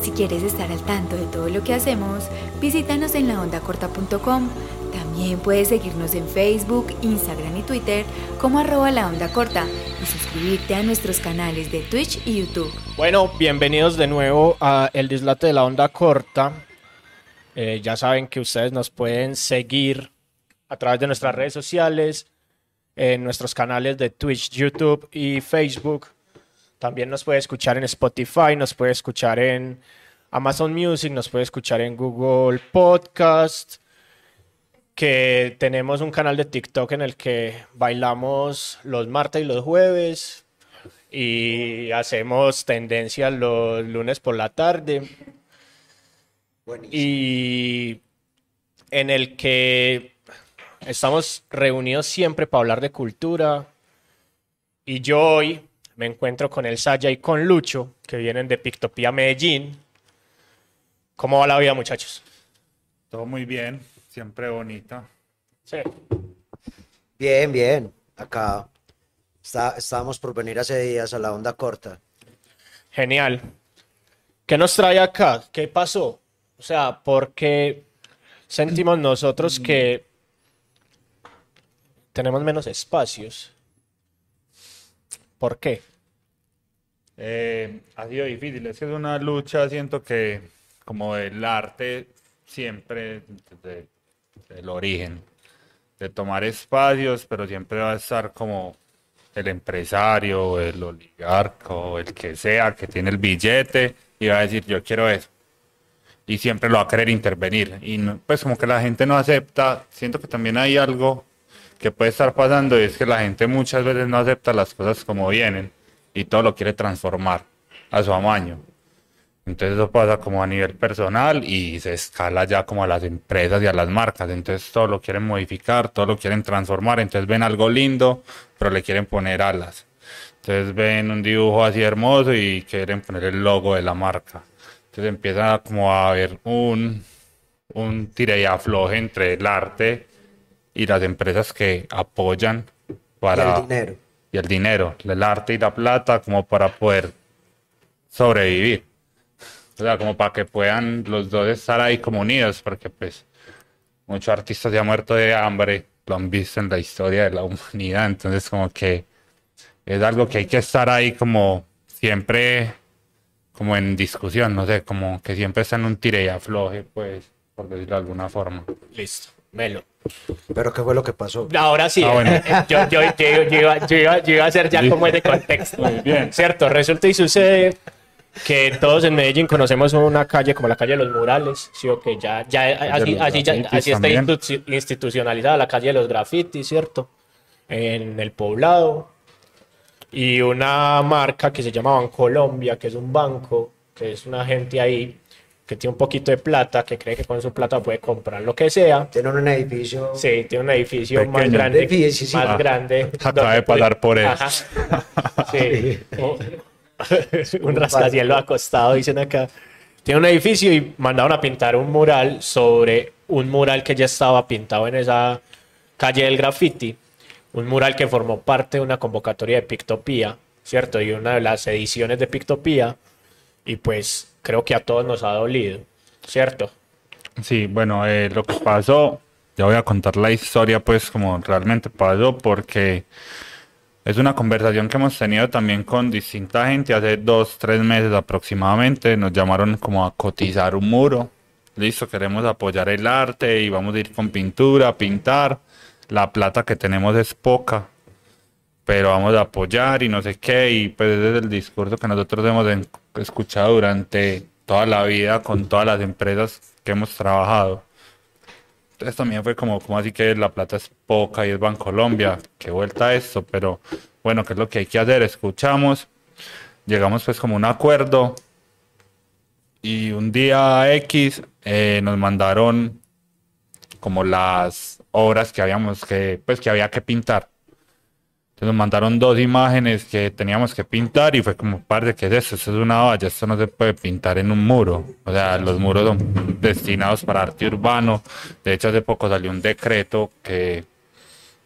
Si quieres estar al tanto de todo lo que hacemos, visítanos en laondacorta.com. También puedes seguirnos en Facebook, Instagram y Twitter como @laondacorta y suscribirte a nuestros canales de Twitch y YouTube. Bueno, bienvenidos de nuevo a El Dislate de la Onda Corta. Ya saben que ustedes nos pueden seguir a través de nuestras redes sociales, en nuestros canales de Twitch, YouTube y Facebook. También nos puede escuchar en Spotify, nos puede escuchar en Amazon Music, nos puede escuchar en Google Podcast. Que tenemos un canal de TikTok en el que bailamos los martes y los jueves y hacemos tendencias los lunes por la tarde. Buenísimo. Y en el que estamos reunidos siempre para hablar de cultura. Y yo hoy me encuentro con el Saya y con Lucho, que vienen de Pictopía Medellín. ¿Cómo va la vida, muchachos? Todo muy bien, siempre bonita. Sí. Bien, bien. Acá estábamos por venir hace días a la Onda Corta. Genial. ¿Qué nos trae acá? ¿Qué pasó? O sea, ¿por qué sentimos nosotros que tenemos menos espacios? ¿Por qué? Ha sido difícil, es que es una lucha, siento que como el arte siempre desde el origen, de tomar espacios, pero siempre va a estar como el empresario, el oligarca, el que sea, que tiene el billete y va a decir yo quiero eso. Y siempre lo va a querer intervenir. Y no, pues como que la gente no acepta, siento que también hay algo que puede estar pasando y es que la gente muchas veces no acepta las cosas como vienen y todo lo quiere transformar a su amaño. Entonces eso pasa como a nivel personal y se escala ya como a las empresas y a las marcas. Entonces todo lo quieren modificar, todo lo quieren transformar. Entonces ven algo lindo, pero le quieren poner alas. Entonces ven un dibujo así hermoso y quieren poner el logo de la marca. Entonces empieza como a haber un tire y afloje entre el arte y las empresas que apoyan para... Y el dinero. Y el dinero, el arte y la plata como para poder sobrevivir. O sea, como para que puedan los dos estar ahí como unidos, porque pues muchos artistas se han muerto de hambre, lo han visto en la historia de la humanidad, entonces como que es algo que hay que estar ahí como siempre, como en discusión, no sé, como que siempre está en un tire y afloje, pues, por decirlo de alguna forma. Listo, Melo. ¿Pero qué fue lo que pasó? Ahora sí, Bueno. yo iba a hacer ya como de contexto. Muy bien. Cierto, resulta y sucede que todos en Medellín conocemos una calle como la calle de los Murales, ¿sí? O que así está institucionalizada la calle de los grafitis, ¿cierto? En el poblado. Y una marca que se llama Bancolombia, que es un banco, que es una gente ahí que tiene un poquito de plata, que cree que con su plata puede comprar lo que sea. Tienen un edificio. Sí, tiene un edificio Pequeño. más grande. Sí. Más grande. Acaba de pasar por él. Ajá. Sí. Un rascacielos acostado, dicen acá. Tiene un edificio y mandaron a pintar un mural sobre un mural que ya estaba pintado en esa calle del graffiti. Un mural que formó parte de una convocatoria de Pictopía, ¿cierto? Y una de las ediciones de Pictopía. Y pues creo que a todos nos ha dolido, ¿cierto? Sí, bueno, lo que pasó, ya voy a contar la historia pues como realmente pasó porque es una conversación que hemos tenido también con distinta gente hace 2-3 meses aproximadamente. Nos llamaron como a cotizar un muro. Listo, queremos apoyar el arte y vamos a ir con pintura, a pintar. La plata que tenemos es poca, pero vamos a apoyar y no sé qué. Y pues ese es el discurso que nosotros hemos escuchado durante toda la vida con todas las empresas que hemos trabajado. Entonces también fue como así que la plata es poca y es Bancolombia, qué vuelta a esto, pero bueno, ¿qué es lo que hay que hacer? Escuchamos, llegamos pues como a un acuerdo y un día X nos mandaron como las obras que había que pintar. Entonces nos mandaron 2 imágenes que teníamos que pintar y fue como, parce, ¿qué es esto? Esto es una valla, esto no se puede pintar en un muro. O sea, los muros son destinados para arte urbano. De hecho, hace poco salió un decreto que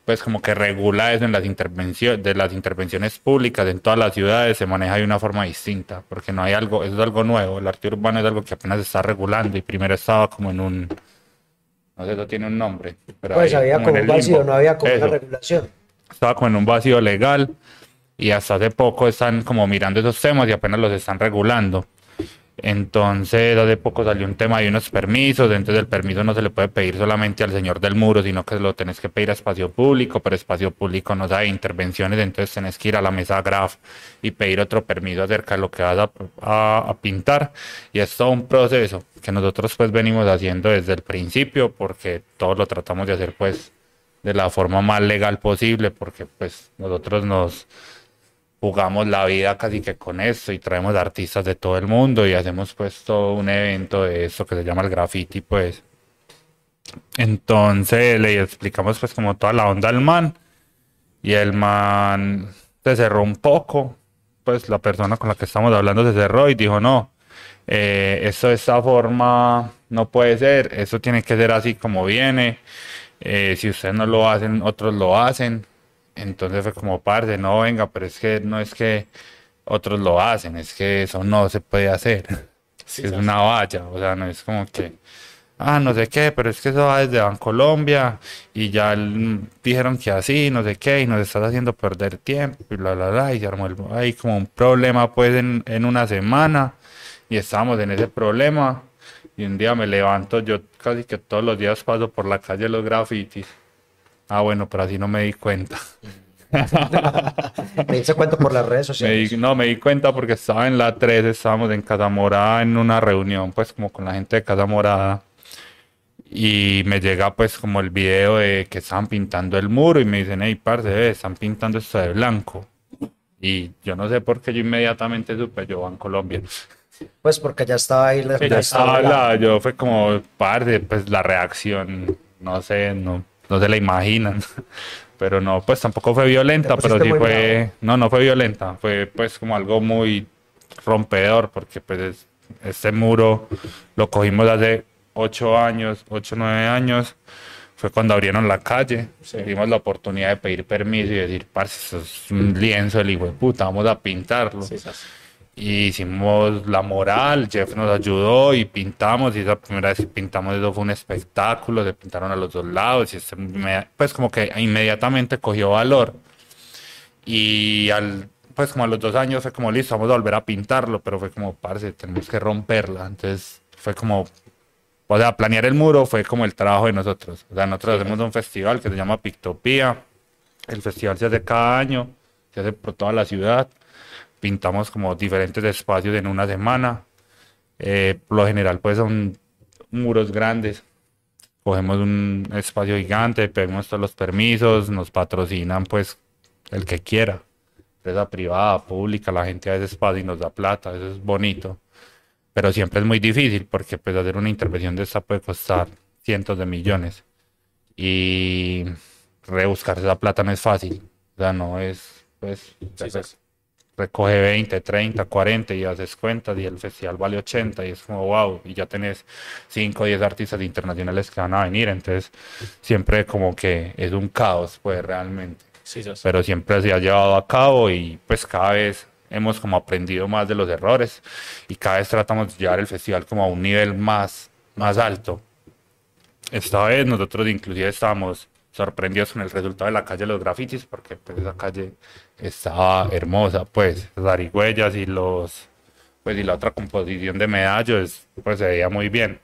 pues como que regula eso en las intervenciones, de las intervenciones públicas en todas las ciudades se maneja de una forma distinta, porque no hay algo, eso es algo nuevo, el arte urbano es algo que apenas se está regulando y primero estaba como en un, no sé, eso tiene un nombre, pero Pues ahí había como en como el un vacío, limbo. no había como una Eso, regulación. estaba como en un vacío legal y hasta hace poco están como mirando esos temas y apenas los están regulando. Entonces, hace poco salió un tema de unos permisos, entonces el permiso no se le puede pedir solamente al señor del muro, sino que lo tenés que pedir a espacio público, pero espacio público no da intervenciones, entonces tenés que ir a la mesa GRAF y pedir otro permiso acerca de lo que vas a pintar. Y es todo un proceso que nosotros pues venimos haciendo desde el principio, porque todo lo tratamos de hacer pues de la forma más legal posible, porque pues nosotros nos jugamos la vida casi que con esto y traemos artistas de todo el mundo y hacemos pues todo un evento de esto que se llama el graffiti pues. Entonces le explicamos pues como toda la onda al man y el man se cerró un poco, pues la persona con la que estamos hablando se cerró y dijo no, esto de esta forma no puede ser, eso tiene que ser así como viene, si ustedes no lo hacen, otros lo hacen. Entonces fue como, parce, no, venga, pero es que no es que otros lo hacen, es que eso no se puede hacer. Sí, Es sí. una valla, o sea, no es como que, no sé qué, pero es que eso va desde Bancolombia y ya dijeron que así, no sé qué, y nos estás haciendo perder tiempo y y se armó ahí como un problema pues en una semana y estábamos en ese problema y un día me levanto, yo casi que todos los días paso por la calle los grafitis. Ah, bueno, pero así no me di cuenta. Me hice cuenta por las redes sociales. No, me di cuenta porque estaba en la 3, estábamos en Casa Morada en una reunión, pues como con la gente de Casa Morada. Y me llega pues como el video de que estaban pintando el muro y me dicen, hey, parce, están pintando esto de blanco. Y yo no sé por qué yo inmediatamente supe, yo en Colombia. Pues porque ya estaba ahí. Sí, Ya ya estaba estaba yo fue como, parce, pues la reacción, no sé, no se la imaginan. Pero no, pues tampoco fue violenta, Te pero pusiste sí muy fue, no fue violenta, fue pues como algo muy rompedor, porque pues este muro lo cogimos hace 8 años, 9 años, fue cuando abrieron la calle, Sí. tuvimos la oportunidad de pedir permiso y decir, parce, eso es un lienzo, el hijo de puta, vamos a pintarlo. Sí, sí. Y hicimos la moral, Jeff nos ayudó y pintamos, y esa primera vez que pintamos eso fue un espectáculo, se pintaron a los dos lados, y pues como que inmediatamente cogió valor. Y pues como a los 2 años fue como listo, vamos a volver a pintarlo, pero fue como, parce, tenemos que romperla. Entonces fue como, o sea, planear el muro fue como el trabajo de nosotros. O sea, nosotros hacemos un festival que se llama Pictopía, el festival se hace cada año, se hace por toda la ciudad. Pintamos como diferentes espacios en una semana. Por lo general, pues son muros grandes. Cogemos un espacio gigante, pedimos todos los permisos, nos patrocinan pues el que quiera. Empresa privada, pública, la gente a ese espacio y nos da plata, eso es bonito. Pero siempre es muy difícil porque pues hacer una intervención de esta puede costar cientos de millones. Y rebuscar esa plata no es fácil. O sea, no es, pues, Sí, sí. recoge 20, 30, 40 y haces cuentas y el festival vale 80 y es como wow, y ya tenés 5 o 10 artistas internacionales que van a venir, entonces siempre como que es un caos pues realmente, Sí, sí. pero siempre se ha llevado a cabo y pues cada vez hemos como aprendido más de los errores y cada vez tratamos de llevar el festival como a un nivel más alto. Esta vez nosotros inclusive estábamos sorprendidos con el resultado de la calle de los grafitis, porque pues esa calle estaba hermosa, pues las zarigüeyas y pues y la otra composición de medallos, pues se veía muy bien.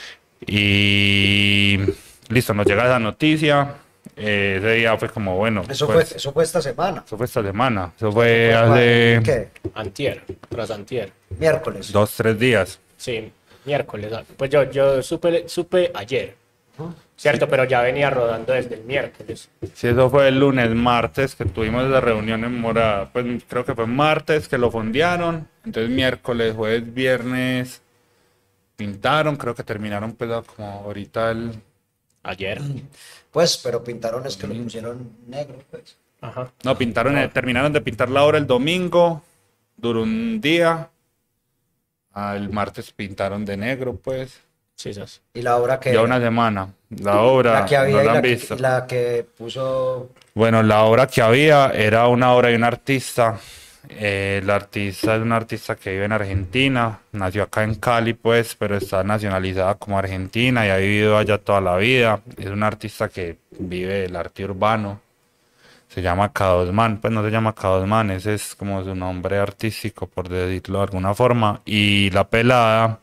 Y listo, nos llega esa noticia, ese día fue como bueno, Eso pues, fue esta semana. eso fue esta semana, eso fue ¿Fue hace ¿Qué? Antier, tras antier. Miércoles. 2, 3 días. Sí, miércoles. Pues yo supe ayer, ¿cierto? Pero ya venía rodando desde el miércoles. Sí, eso fue el lunes, martes que tuvimos la reunión en Mora, pues creo que fue martes que lo fondearon, entonces miércoles, jueves, viernes pintaron, creo que terminaron pues como ahorita Ayer. Pues, pero pintaron es que lo pusieron negro, pues. Ajá. no, terminaron de pintar la obra el domingo, duró un día, el martes pintaron de negro pues, Sí, sí. ¿Y la obra que Ya una semana. La obra, la que había no y la han la visto. la que puso... Bueno, la obra que había era una obra de un artista. El artista es un artista que vive en Argentina, nació acá en Cali, pues, pero está nacionalizada como argentina y ha vivido allá toda la vida. Es un artista que vive el arte urbano. Se llama K2Man, pues no se llama K2Man, ese es como su nombre artístico, por decirlo de alguna forma. Y la pelada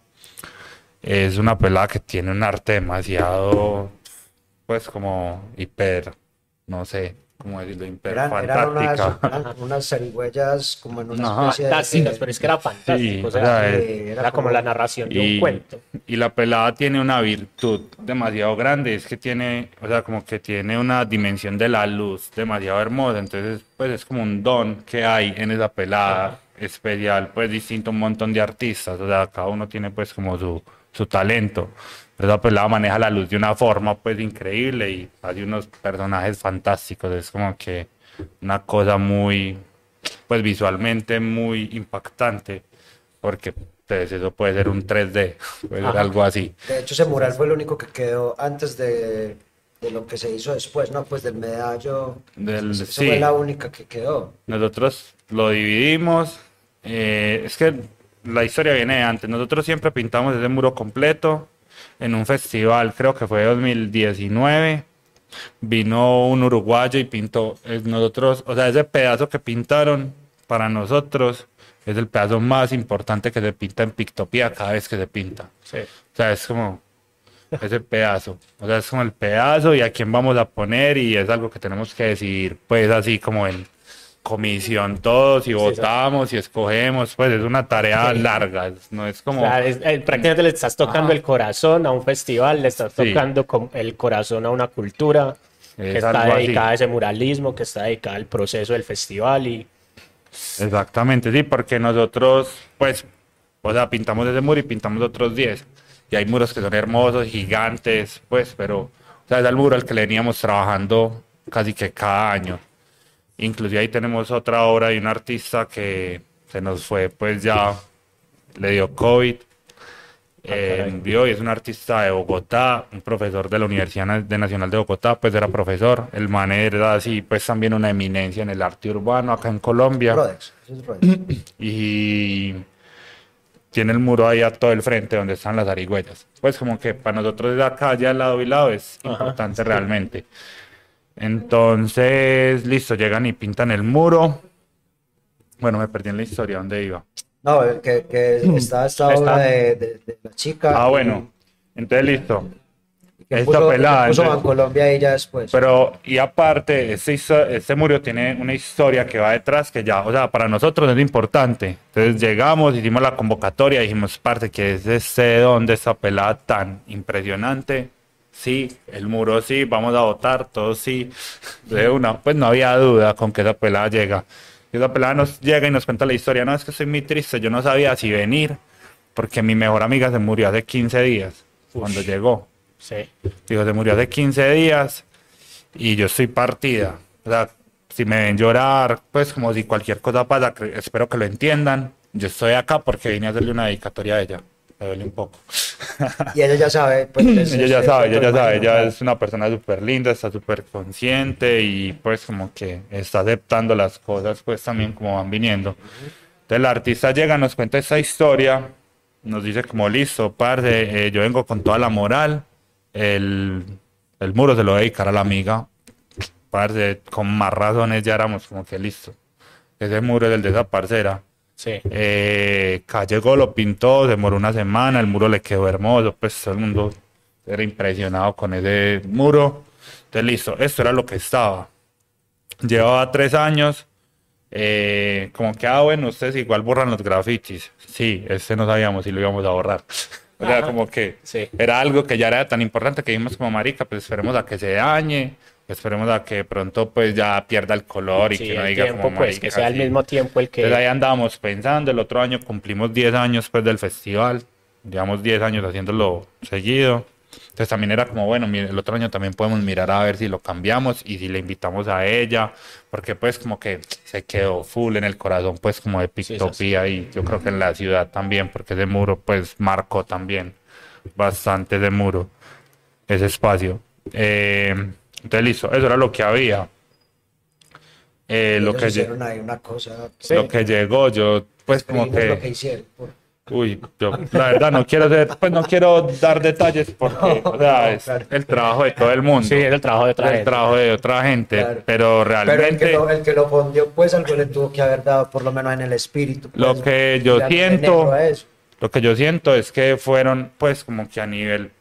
es una pelada que tiene un arte demasiado, pues como hiper, no sé cómo decirlo, hiper fantástica. Eran unas zarigüeyas como en una Ajá. especie Fantásticas, de... pero es que era fantástico, Sí, o sea, era era como la narración de un cuento. y la pelada tiene una virtud demasiado grande, es que tiene, o sea, como que tiene una dimensión de la luz demasiado hermosa, entonces pues es como un don que hay en esa pelada especial, pues distinto a un montón de artistas, o sea, cada uno tiene pues como su talento. Esa pelada maneja la luz de una forma pues increíble y hace unos personajes fantásticos, es como que una cosa muy, pues visualmente muy impactante, porque pues, eso puede ser un 3D, puede ser algo así. De hecho, ese mural fue el único que quedó antes de lo que se hizo después, ¿no? Pues del medallo. Esa Sí, fue la única que quedó. nosotros lo dividimos, es que la historia viene de antes, nosotros siempre pintamos ese muro completo en un festival, creo que fue 2019. Vino un uruguayo y pintó, nosotros, o sea, ese pedazo que pintaron para nosotros es el pedazo más importante que se pinta en Pictopía cada vez que se pinta. Sí. O sea, es como ese pedazo, o sea, es como el pedazo y a quién vamos a poner y es algo que tenemos que decidir, pues así como en comisión todos y votamos y escogemos, pues es una tarea larga, no es como... O sea, prácticamente le estás tocando el corazón a un festival, le estás Sí. tocando el corazón a una cultura que Es está algo así. dedicada a ese muralismo, que está dedicada al proceso del festival y Exactamente, sí, porque nosotros, pues, o sea, pintamos ese muro y pintamos otros 10. Y hay muros que son hermosos, gigantes, pues, pero, o sea, es el muro al que le veníamos trabajando casi que cada año. Inclusive ahí tenemos otra obra de un artista que se nos fue, pues ya le dio COVID. Vio y es un artista de Bogotá, un profesor de la Universidad Nacional de Bogotá, pues era profesor. El man era así, pues también una eminencia en el arte urbano acá en Colombia. Rodex, ese es Rodex. Y tiene el muro ahí a todo el frente donde están las zarigüeyas. Pues como que para nosotros de acá, ya al lado y lado, es importante realmente. Entonces, listo, llegan y pintan el muro. Bueno, me perdí en la historia, ¿dónde iba? No, que está esta obra de la chica. Ah, y bueno, entonces listo. que Esta puso, pelada, que puso entonces- Bancolombia y ya después. Pero, y aparte, este muro tiene una historia que va detrás que ya, o sea, para nosotros es importante. Entonces llegamos, hicimos la convocatoria, dijimos, parte que es este don de esta pelada tan impresionante. Sí, el muro sí, vamos a votar, todos sí. De una, pues no había duda con que esa pelada llega. Y esa pelada nos llega y nos cuenta la historia. No, es que estoy muy triste, yo no sabía si venir, porque mi mejor amiga se murió hace 15 días, cuando llegó. sí. Digo, se murió hace 15 días y yo estoy partida. O sea, si me ven llorar, pues como si cualquier cosa pasa, espero que lo entiendan. Yo estoy acá porque vine a hacerle una dedicatoria a ella. Me duele un poco. Y ella ya sabe. Pues, Ella ya sabe, ella ya sabe. Ella claro. es una persona súper linda, está súper consciente y pues como que está aceptando las cosas pues también como van viniendo. Entonces el artista llega, nos cuenta esta historia, nos dice como listo, parce, yo vengo con toda la moral, el muro se lo voy a dedicar a la amiga, parce, con más razones ya éramos como que listo. Ese muro es el de esa parcera. Sí. Llegó, lo pintó, demoró una semana, el muro le quedó hermoso, pues todo el mundo era impresionado con ese muro. Entonces listo, esto era lo que estaba. Llevaba 3 años, como que, bueno, ustedes igual borran los grafitis. Sí, no sabíamos si lo íbamos a borrar. O sea, como que Sí. era algo que ya era tan importante que dijimos como marica, pues esperemos a que se dañe, esperemos a que pronto pues ya pierda el color y Sí, que no el diga tiempo, como pues, marica, que sea al sí. mismo tiempo el Entonces ahí que... andábamos pensando, el otro año cumplimos 10 años pues del festival, llevamos 10 años haciéndolo seguido. Entonces también era como, bueno, el otro año también podemos mirar a ver si lo cambiamos y si le invitamos a ella, porque pues como que se quedó full en el corazón pues como de Pictopía y yo creo que en la ciudad también, porque ese muro pues marcó también. bastante de muro, ese espacio. Entonces listo, eso era lo que había. Lo Ellos que, hicieron ahí una cosa. lo que llegó, yo pues como Vimos lo que que, hicieron. uy, yo la verdad no quiero pues no quiero dar detalles porque, o sea, No, es claro. el trabajo de todo el mundo. Sí, es el trabajo de otra el gente. trabajo de otra gente, Claro. pero Pero realmente el que lo fundió, pues algo le tuvo que haber dado, por lo menos en el espíritu. Lo pues, que yo tirarle siento- negro a eso. lo que yo siento es que fueron pues como que a nivel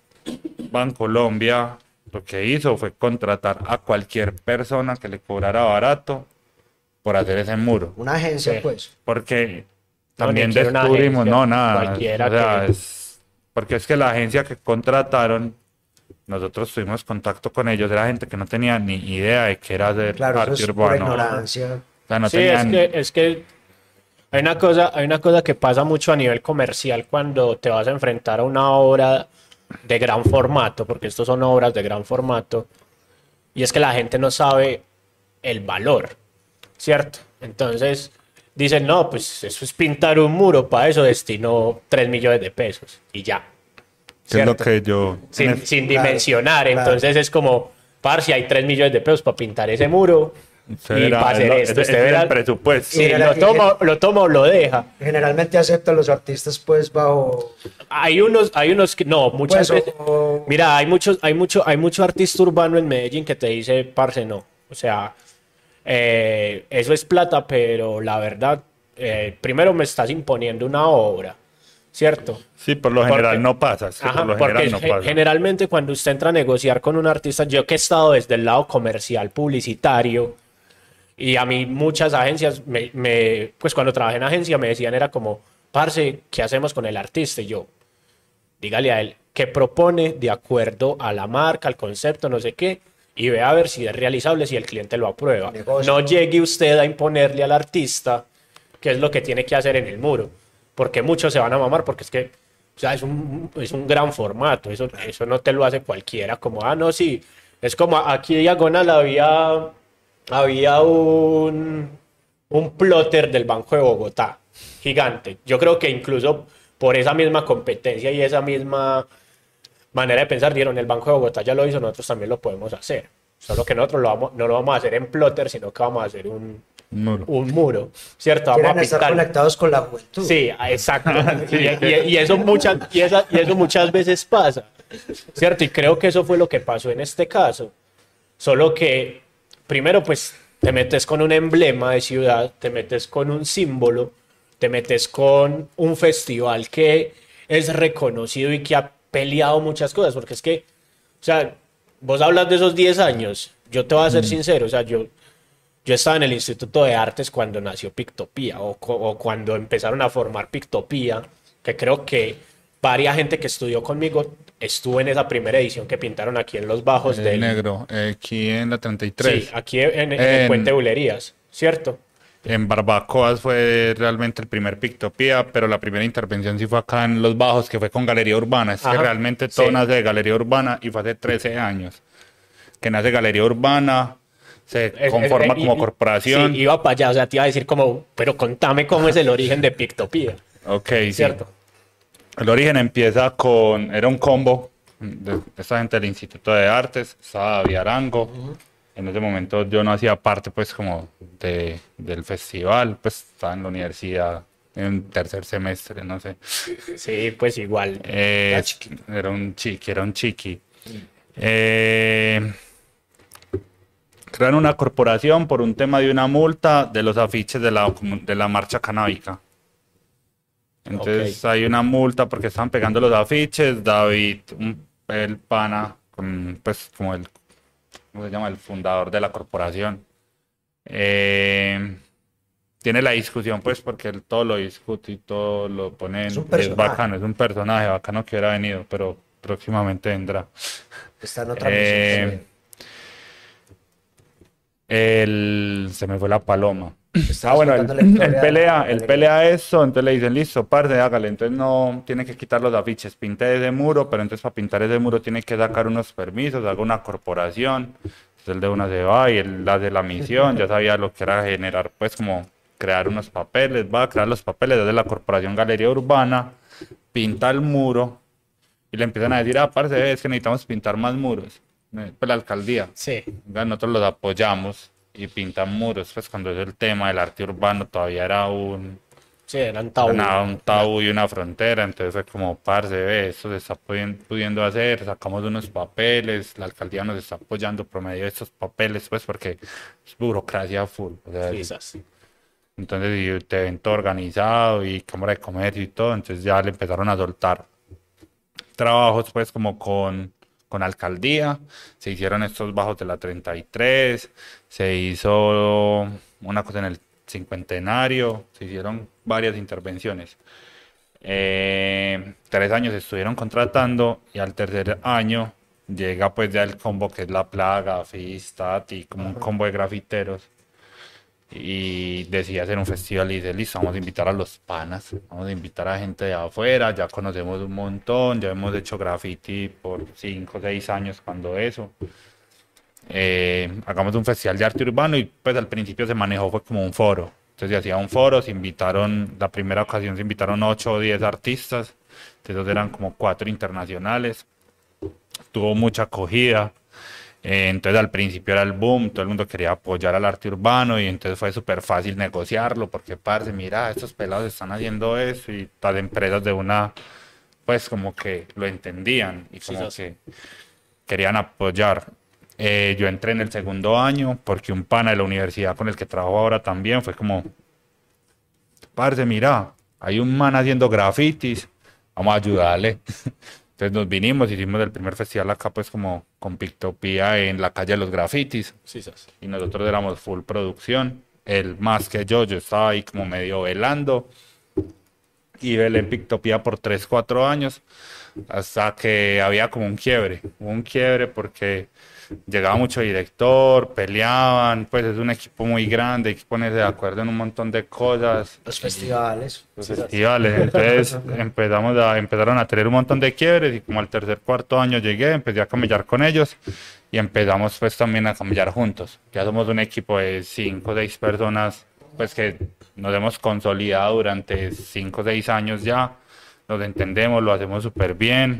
Bancolombia lo que hizo fue contratar a cualquier persona que le cobrara barato por hacer ese muro. Una agencia, Sí. pues. Porque No, también ni siquiera una descubrimos, agencia, no, nada. cualquiera O sea, que- porque es que la agencia que contrataron, nosotros tuvimos contacto con ellos, era gente que no tenía ni idea de qué era hacer Claro, eso arte es por urbano. ignorancia. O sea, no Sí, tenían... es que hay una cosa que pasa mucho a nivel comercial cuando te vas a enfrentar a una obra de gran formato, porque estos son obras de gran formato, y es que la gente no sabe el valor, ¿cierto? Entonces dicen, no, pues eso es pintar un muro, para eso destino 3 millones de pesos y ya. que es lo ¿cierto? que yo... Sin Claro, dimensionar, claro. entonces es como, si hay 3 millones de pesos para pintar ese muro Usted y verá, para hacer esto, ese usted es verá. el presupuesto. Sí, Era- lo toma o lo deja. Generalmente aceptan los artistas, pues, bajo. Hay unos que no, muchas Pues, veces. o- Mira, hay mucho artista urbano en Medellín que te dice, parce, no. O sea, eso es plata, pero la verdad, primero me estás imponiendo una obra, ¿cierto? Sí, por lo general Porque- no pasa. Es que Ajá, por lo porque general no pasa. generalmente cuando usted entra a negociar con un artista, yo que he estado desde el lado comercial, publicitario, y a mí muchas agencias, pues cuando trabajé en agencia me decían era como, parce, ¿qué hacemos con el artista? Y yo, dígale a él qué propone de acuerdo a la marca, al concepto, no sé qué, y vea a ver si es realizable, si el cliente lo aprueba. Negocio. No llegue usted a imponerle al artista qué es lo que tiene que hacer en el muro, porque muchos se van a mamar, porque es que, o sea, es un gran formato, eso no te lo hace cualquiera, como, no, sí, es como aquí diagonal había un plotter del Banco de Bogotá, gigante. Yo creo que incluso por esa misma competencia y esa misma manera de pensar, dieron, el Banco de Bogotá ya lo hizo, nosotros también lo podemos hacer. Solo que nosotros no lo vamos a hacer en plotter, sino que vamos a hacer un muro, ¿cierto? Vamos Quieren a estar pintar. conectados con la juventud. Sí, exacto. Y eso muchas veces pasa, ¿cierto? Y creo que eso fue lo que pasó en este caso. Solo que, primero, pues, te metes con un emblema de ciudad, te metes con un símbolo, te metes con un festival que es reconocido y que ha peleado muchas cosas, porque es que, o sea, vos hablas de esos 10 años, yo te voy a ser sincero, o sea, yo estaba en el Instituto de Artes cuando nació Pictopía o cuando empezaron a formar Pictopía, que creo que varias gente que estudió conmigo estuvo en esa primera edición que pintaron aquí en los bajos del negro, aquí en la 33. Sí, aquí en el Puente de Bulerías, ¿cierto? En Barbacoas fue realmente el primer Pictopía, pero la primera intervención sí fue acá en Los Bajos, que fue con Galería Urbana. Es que Ajá, realmente todo sí. nace de Galería Urbana y fue hace 13 años que nace Galería Urbana, se conforma como corporación. Sí, iba para allá, o sea, te iba a decir como, pero contame cómo es el origen de Pictopía, Ok, sí. ¿cierto? El origen empieza era un combo de esta gente del Instituto de Artes, estaba David Arango. En ese momento yo no hacía parte pues como del festival, pues estaba en la universidad en tercer semestre, no sé. Sí, pues igual. Era un chiqui. Crearon una corporación por un tema de una multa de los afiches de la marcha canábica. Entonces hay una multa porque estaban pegando los afiches. David, el pana, pues como ¿cómo se llama? El fundador de la corporación. Tiene la discusión, pues, porque él todo lo discute y todo lo pone. Es un Es personaje. bacano, es un personaje bacano que hubiera venido, pero próximamente vendrá. Está en otra Eh, misión. Se me fue la paloma. Estaba Bueno, contando la historia él de- pelea eso, entonces le dicen, listo, parce, hágale. Entonces no tiene que quitar los afiches, pinte ese muro, pero entonces para pintar ese muro tiene que sacar unos permisos, haga una corporación. Entonces el de una se va y él hace la misión, ya sabía lo que era generar, pues como crear unos papeles, va a crear los papeles desde la corporación Galería Urbana, pinta el muro y le empiezan a decir, parce, es que necesitamos pintar más muros. Pues la alcaldía. Sí. Venga, nosotros los apoyamos y pintan muros, pues cuando es el tema del arte urbano todavía era Sí, eran tabú. un tabú y una frontera, entonces fue como, parce, ve, esto se está pudiendo hacer, sacamos unos papeles, la alcaldía nos está apoyando por medio de estos papeles, pues porque es burocracia full, o sea, Quizás. entonces y este evento organizado y Cámara de Comercio y todo, entonces ya le empezaron a soltar trabajos pues como con alcaldía, se hicieron estos bajos de la 33, se hizo una cosa en el cincuentenario, se hicieron varias intervenciones. 3 años estuvieron contratando y al tercer año llega pues ya el combo que es La Plaga, Fistat y como un combo de grafiteros y decide hacer un festival y dice, listo, vamos a invitar a los panas, vamos a invitar a gente de afuera, ya conocemos un montón, ya hemos hecho graffiti por 5 o 6 años cuando eso. Hagamos un festival de arte urbano y pues al principio se manejó fue como un foro. Entonces se hacía un foro, se invitaron, la primera ocasión se invitaron 8 o 10 artistas, entonces eran como 4 internacionales, tuvo mucha acogida. Entonces al principio era el boom, todo el mundo quería apoyar al arte urbano y entonces fue súper fácil negociarlo porque, parce, mira, estos pelados están haciendo eso y las empresas de una, pues como que lo entendían y como que querían apoyar. Yo entré en el segundo año porque un pana de la universidad con el que trabajo ahora también fue como, parce, mira, hay un man haciendo grafitis, vamos a ayudarle. Entonces nos vinimos, hicimos el primer festival acá pues como con Pictopía en la calle de los grafitis. Y nosotros éramos full producción. Él más que yo estaba ahí como medio velando. Y velé en Pictopía por 3, 4 años. Hasta que había como un quiebre. Hubo un quiebre porque llegaba mucho director, peleaban. Pues es un equipo muy grande, hay que ponerse de acuerdo en un montón de cosas. Los festivales. Entonces empezaron a tener un montón de quiebres y como al tercer, cuarto año llegué, empecé a camellar con ellos y empezamos pues también a camellar juntos. Ya somos un equipo de 5 o 6 personas pues que nos hemos consolidado durante 5 o 6 años ya, nos entendemos, lo hacemos súper bien.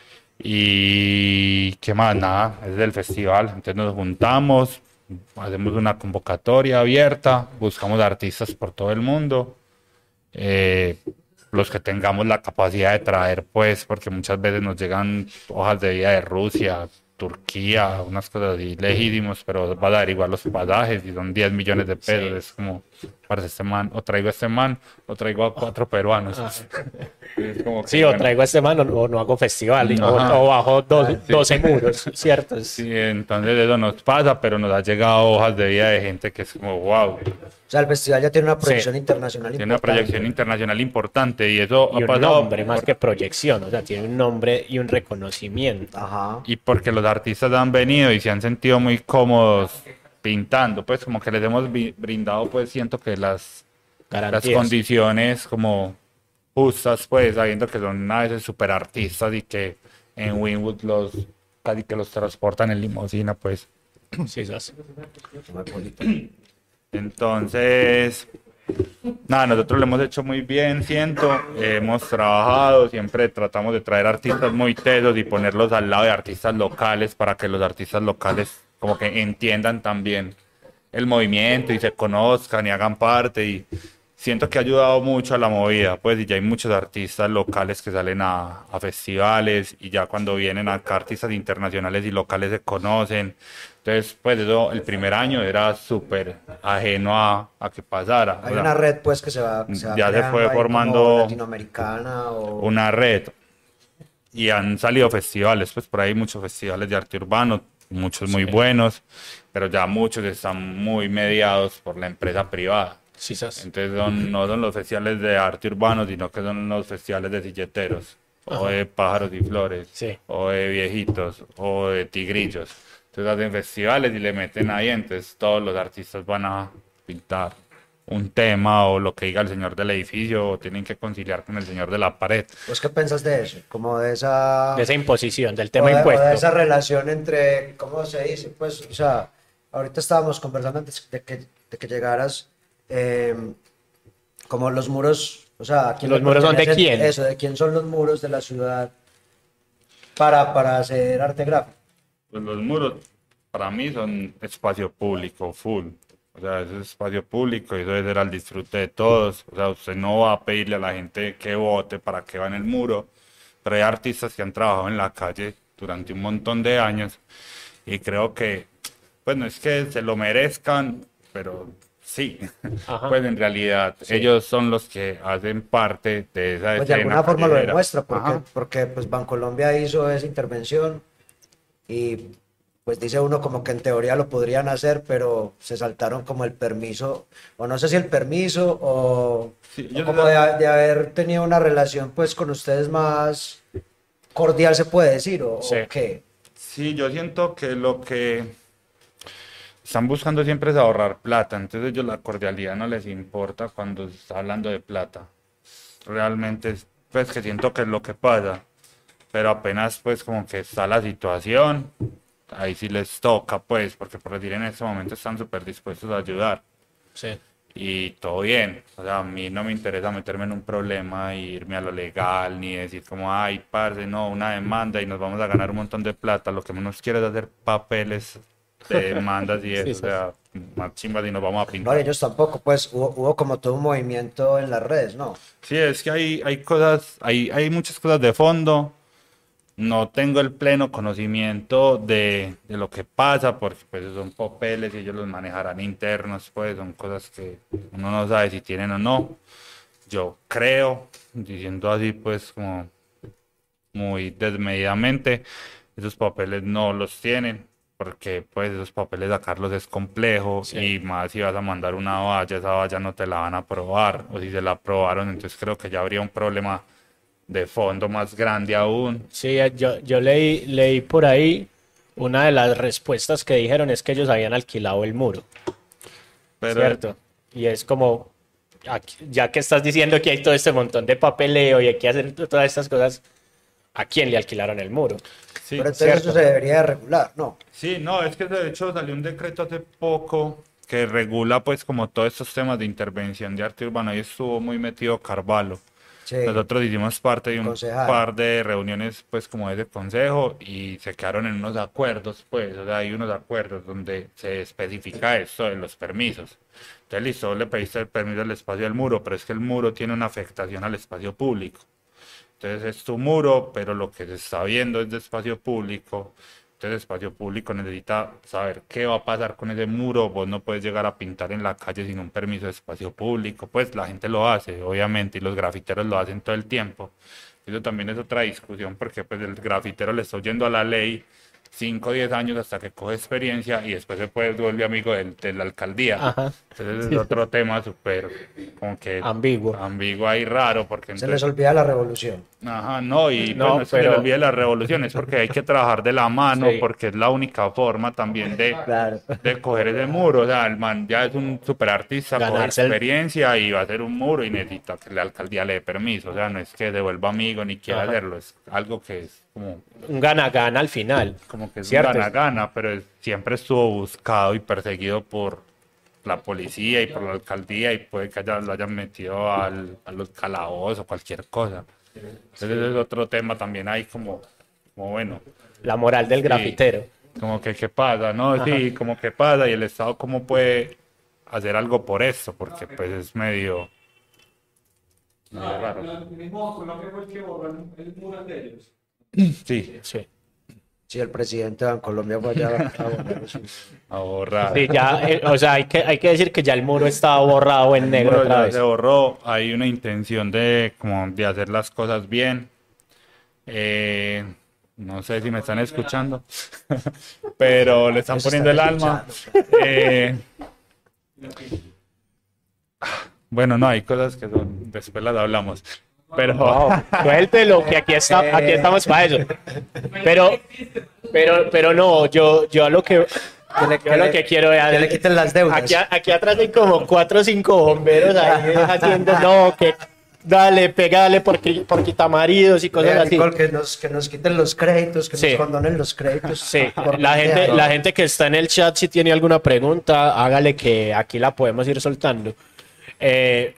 Y qué más, nada, es del festival, entonces nos juntamos, hacemos una convocatoria abierta, buscamos artistas por todo el mundo, los que tengamos la capacidad de traer, pues, porque muchas veces nos llegan hojas de vida de Rusia, Turquía, unas cosas así legítimos, pero va a dar igual los pasajes y son 10 millones de pesos, sí. Es como, parece este man, o traigo a este man, o traigo a 4 peruanos. Es como que, sí, bueno, o traigo a este man o no hago festival, o bajo 12 muros, ¿cierto? Sí, entonces eso nos pasa, pero nos ha llegado hojas de vida de gente que es como, wow. O sea, el festival ya tiene una proyección internacional importante. Tiene una proyección internacional importante y eso y ha pasado. Un nombre más que proyección, o sea, tiene un nombre y un reconocimiento. Ajá. Y porque los artistas han venido y se han sentido muy cómodos pintando, pues como que les hemos brindado, pues siento que las condiciones como justas, pues sabiendo que son a veces super artistas y que en Winwood casi que los transportan en limusina, pues. Sí, eso es. Entonces, nada, nosotros lo hemos hecho muy bien, siento, hemos trabajado, siempre tratamos de traer artistas muy tesos y ponerlos al lado de artistas locales para que los artistas locales como que entiendan también el movimiento y se conozcan y hagan parte y siento que ha ayudado mucho a la movida, pues y ya hay muchos artistas locales que salen a festivales y ya cuando vienen acá artistas internacionales y locales se conocen. Entonces, pues eso, el primer año era súper ajeno a que pasara. Hay una red, pues, que se va ya se fue formando latinoamericana o... una red. Y han salido festivales, pues por ahí muchos festivales de arte urbano, muchos muy buenos, pero ya muchos están muy mediados por la empresa privada. Sí, entonces no son los festivales de arte urbano, sino que son los festivales de silleteros, o de pájaros y flores, o de viejitos, o de tigrillos. Entonces hacen festivales y le meten ahí, entonces todos los artistas van a pintar un tema o lo que diga el señor del edificio o tienen que conciliar con el señor de la pared. ¿Vos qué pensás de eso? Como de esa imposición, del tema impuesto. O de esa relación entre, ¿cómo se dice? Pues, o sea, ahorita estábamos conversando antes de que llegaras, como los muros, o sea, ¿los muros son de quién? Eso, de quién son los muros de la ciudad. para hacer arte gráfico. Pues los muros para mí son espacio público, full. O sea, eso es espacio público y eso debe ser al disfrute de todos. O sea, usted no va a pedirle a la gente que vote para que va en el muro, pero hay artistas que han trabajado en la calle durante un montón de años y creo que, pues no es que se lo merezcan, pero sí, Ajá. pues en realidad ellos son los que hacen parte de esa Pues de escena alguna forma lo callejera. demuestra, Ajá. porque pues Bancolombia hizo esa intervención y pues dice uno como que en teoría lo podrían hacer, pero se saltaron como el permiso, o no sé si el permiso, Sí, o yo como de haber tenido una relación pues con ustedes más cordial, se puede decir, Sí. o qué. Sí, yo siento que lo que están buscando siempre es ahorrar plata, entonces ellos la cordialidad no les importa cuando se está hablando de plata. Realmente es pues que siento que es lo que pasa, pero apenas pues como que está la situación, ahí sí les toca pues, porque por decir en este momento están súper dispuestos a ayudar Sí. y todo bien, o sea, a mí no me interesa meterme en un problema e irme a lo legal, ni decir como, ay, parce, no, una demanda y nos vamos a ganar un montón de plata, lo que menos quiero es hacer papeles de demandas y eso, Sí, o sí. sea, más chimbas y nos vamos a No, pintar. ellos tampoco, pues hubo como todo un movimiento en las redes, ¿no? Sí, es que hay cosas, hay muchas cosas de fondo. No tengo el pleno conocimiento de lo que pasa, porque pues son papeles y ellos los manejarán internos, pues son cosas que uno no sabe si tienen o no. Yo creo, diciendo así pues como muy desmedidamente, esos papeles no los tienen, porque pues esos papeles sacarlos es complejo Sí. y más si vas a mandar una valla, esa valla no te la van a aprobar, o si se la aprobaron, entonces creo que ya habría un problema de fondo más grande aún. Sí, yo leí por ahí una de las respuestas que dijeron es que ellos habían alquilado el muro, Pero ¿cierto? Y es como, ya que estás diciendo que hay todo este montón de papeleo y hay que hacer todas estas cosas, ¿a quién le alquilaron el muro? sí, Pero entonces cierto. eso se debería de regular, ¿no? sí, no, es que de hecho salió un decreto hace poco que regula pues como todos estos temas de intervención de arte urbano y estuvo muy metido Carvalho. Sí. Nosotros hicimos parte de un Concejal. par de reuniones pues como de ese consejo y se quedaron en unos acuerdos pues, o sea, hay unos acuerdos donde se especifica esto de los permisos. Entonces listo, le pediste el permiso del espacio del muro, pero es que el muro tiene una afectación al espacio público. Entonces es tu muro, pero lo que se está viendo es de espacio público. Entonces espacio público necesita saber qué va a pasar con ese muro. Vos no puedes llegar a pintar en la calle sin un permiso de espacio público. Pues la gente lo hace, obviamente, y los grafiteros lo hacen todo el tiempo. Eso también es otra discusión porque pues el grafitero le está oyendo a la ley 5 o 10 años hasta que coge experiencia y después se vuelve amigo de la alcaldía. Ajá. Entonces es otro tema súper como que Ambiguo. ambiguo y raro porque Se entonces... les olvida la revolución. Ajá, no, y No, pues no es que se le pero- olvide la revolución, es porque hay que trabajar de la mano, Sí. porque es la única forma también Claro. de coger ese muro. O sea, el man ya es un super artista, coge Ganarse el- experiencia y va a hacer un muro y necesita que la alcaldía le dé permiso. O sea, no es que se vuelva amigo ni quiera Ajá. hacerlo, es algo que es Un gana-gana al final. como que es un ¿Cierto? gana-gana, pero siempre estuvo buscado y perseguido por la policía y por la alcaldía y puede que lo hayan metido a los calabozos o cualquier cosa. Entonces ese es otro tema también hay como bueno, La moral del Sí. grafitero. como que qué pasa, ¿no? Sí, como que pasa y el Estado cómo puede hacer algo por eso, porque pues es medio raro. El mismo Colombia fue el que borró el mural de ellos. Sí, Sí. Sí, el presidente de Colombia fue allá a borrar eso. a borrar. Sí, ya, o sea, hay que decir que ya el muro estaba borrado en negro Bueno, otra ya vez. se borró, hay una intención de como de hacer las cosas bien. No sé si me están escuchando, pero le están Eso poniendo el están alma. Bueno, no, hay cosas que son, después las hablamos. Pero No, suéltelo, que aquí estamos para eso. Pero no, yo a lo que, yo lo que quiero es que le quiten las deudas. Aquí atrás hay como 4 o 5 bomberos ahí haciendo, no, que dale, pegale por quitamaridos y cosas Vea, así. Nicole, que nos quiten los créditos, que Sí. nos condonen los créditos. Sí, Por la gente que está en el chat, si tiene alguna pregunta, hágale que aquí la podemos ir soltando.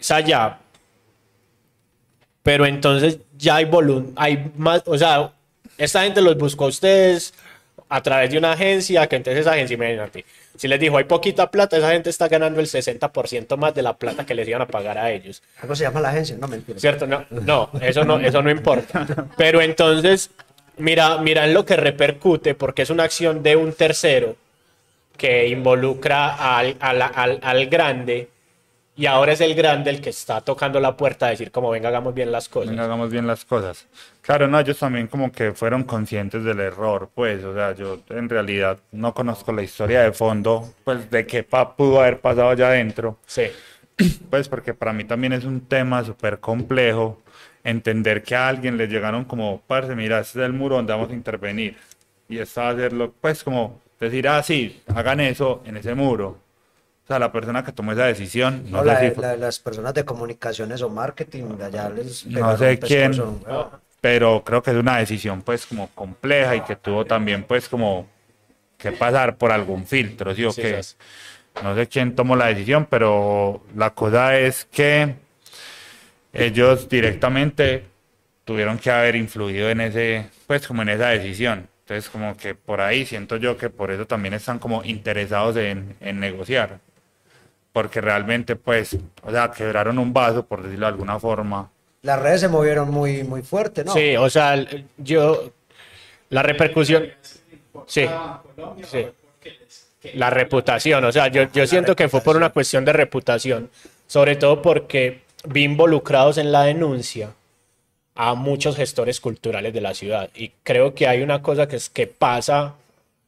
Saya, pero entonces ya hay más, o sea, esta gente los buscó a ustedes a través de una agencia, que entonces esa agencia, imagínate, si les dijo hay poquita plata, esa gente está ganando el 60% más de la plata que les iban a pagar a ellos. Algo se llama la agencia, no mentira. ¿Cierto? No, eso no importa. Pero entonces, mira en lo que repercute, porque es una acción de un tercero que involucra al grande, y ahora es el grande el que está tocando la puerta a decir como venga, hagamos bien las cosas. Venga, hagamos bien las cosas. Claro, no, ellos también como que fueron conscientes del error, pues, o sea, yo en realidad no conozco la historia de fondo, pues, de qué pudo haber pasado allá adentro, Sí, pues, porque para mí también es un tema súper complejo entender que a alguien le llegaron como, parce, mira, este es el muro donde vamos a intervenir, y esto va a hacerlo, pues, como decir, ah, sí, hagan eso en ese muro. O sea, la persona que tomó esa decisión, no No, sé si fue- las personas de comunicaciones o marketing, de allá les no pegaron sé un quién, pescozo, weón. pero creo que es una decisión pues como compleja y que tuvo también pues como que pasar por algún filtro, ¿sí o sí, qué? sí. No sé quién tomó la decisión, pero la cosa es que ellos directamente tuvieron que haber influido en ese, pues como en esa decisión. Entonces como que por ahí siento yo que por eso también están como interesados en negociar. Porque realmente pues, o sea, quebraron un vaso, por decirlo de alguna forma. Las redes se movieron muy fuerte, ¿no? Sí, o sea, la repercusión, sí, sí, la reputación, o sea, yo siento que fue por una cuestión de reputación, sobre todo porque vi involucrados en la denuncia a muchos gestores culturales de la ciudad, y creo que hay una cosa que pasa